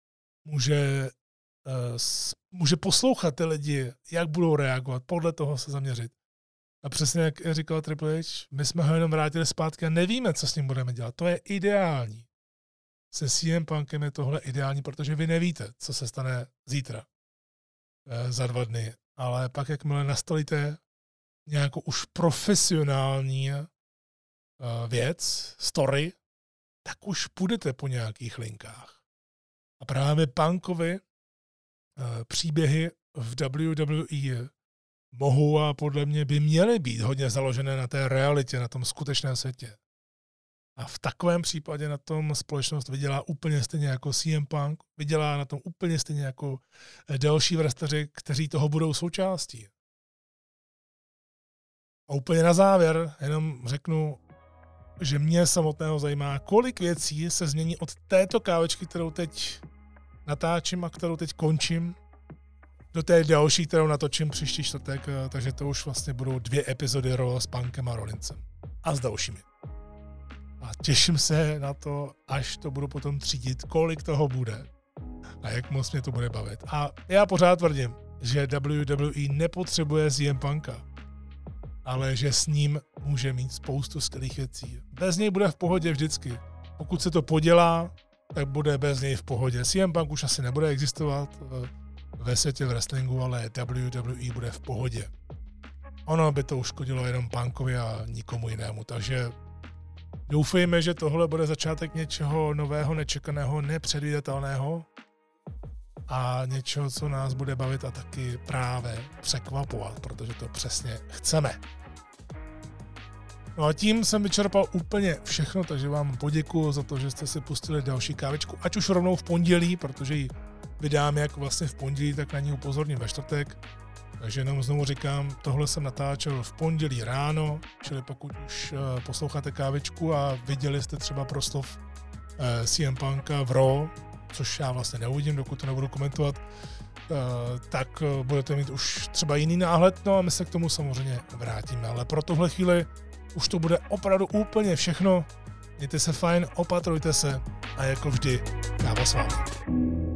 může poslouchat ty lidi, jak budou reagovat, podle toho se zaměřit. A přesně jak říkal Triple H, my jsme ho jenom vrátili zpátky a nevíme, co s ním budeme dělat. To je ideální. Se CM Punkem je tohle ideální, protože vy nevíte, co se stane zítra, za 2 dny. Ale pak, jakmile nastolíte nějakou už profesionální věc, story, tak už půjdete po nějakých linkách. A právě Punkovi příběhy v WWE mohou a podle mě by měly být hodně založené na té realitě, na tom skutečném světě. A v takovém případě na tom společnost vydělá úplně stejně jako CM Punk, vydělá na tom úplně stejně jako další wrestleri, kteří toho budou součástí. A úplně na závěr jenom řeknu, že mě samotného zajímá, kolik věcí se změní od této kávečky, kterou teď natáčím a kterou teď končím, do té další, kterou natočím příští čtvrtek, takže to už vlastně budou 2 epizody Raw s Punkem a Rollinsem. A s dalšími. A těším se na to, až to budu potom třídit, kolik toho bude a jak moc mě to bude bavit. A já pořád tvrdím, že WWE nepotřebuje CM Punka, ale že s ním může mít spoustu skvělých věcí. Bez něj bude v pohodě vždycky. Pokud se to podělá, tak bude bez něj v pohodě. CM Punk už asi nebude existovat ve světě v wrestlingu, ale WWE bude v pohodě. Ono by to uškodilo jenom Punkovi a nikomu jinému, takže doufejme, že tohle bude začátek něčeho nového, nečekaného, nepředvídatelného a něčeho, co nás bude bavit a taky právě překvapovat, protože to přesně chceme. No a tím jsem vyčerpal úplně všechno, takže vám poděkuju za to, že jste si pustili další kávečku, ať už rovnou v pondělí, protože ji vydám jak vlastně v pondělí, tak na ní upozorním ve čtvrtek. Takže jenom znovu říkám, tohle jsem natáčel v pondělí ráno, čili pokud už posloucháte kávečku a viděli jste třeba proslov CM Punka v Raw, což já vlastně neuvidím, dokud to nebudu komentovat, tak budete mít už třeba jiný náhled, no a my se k tomu samozřejmě vrátíme. Ale pro tuhle chvíli už to bude opravdu úplně všechno. Mějte se fajn, opatrujte se a jako vždy, káva s vámi.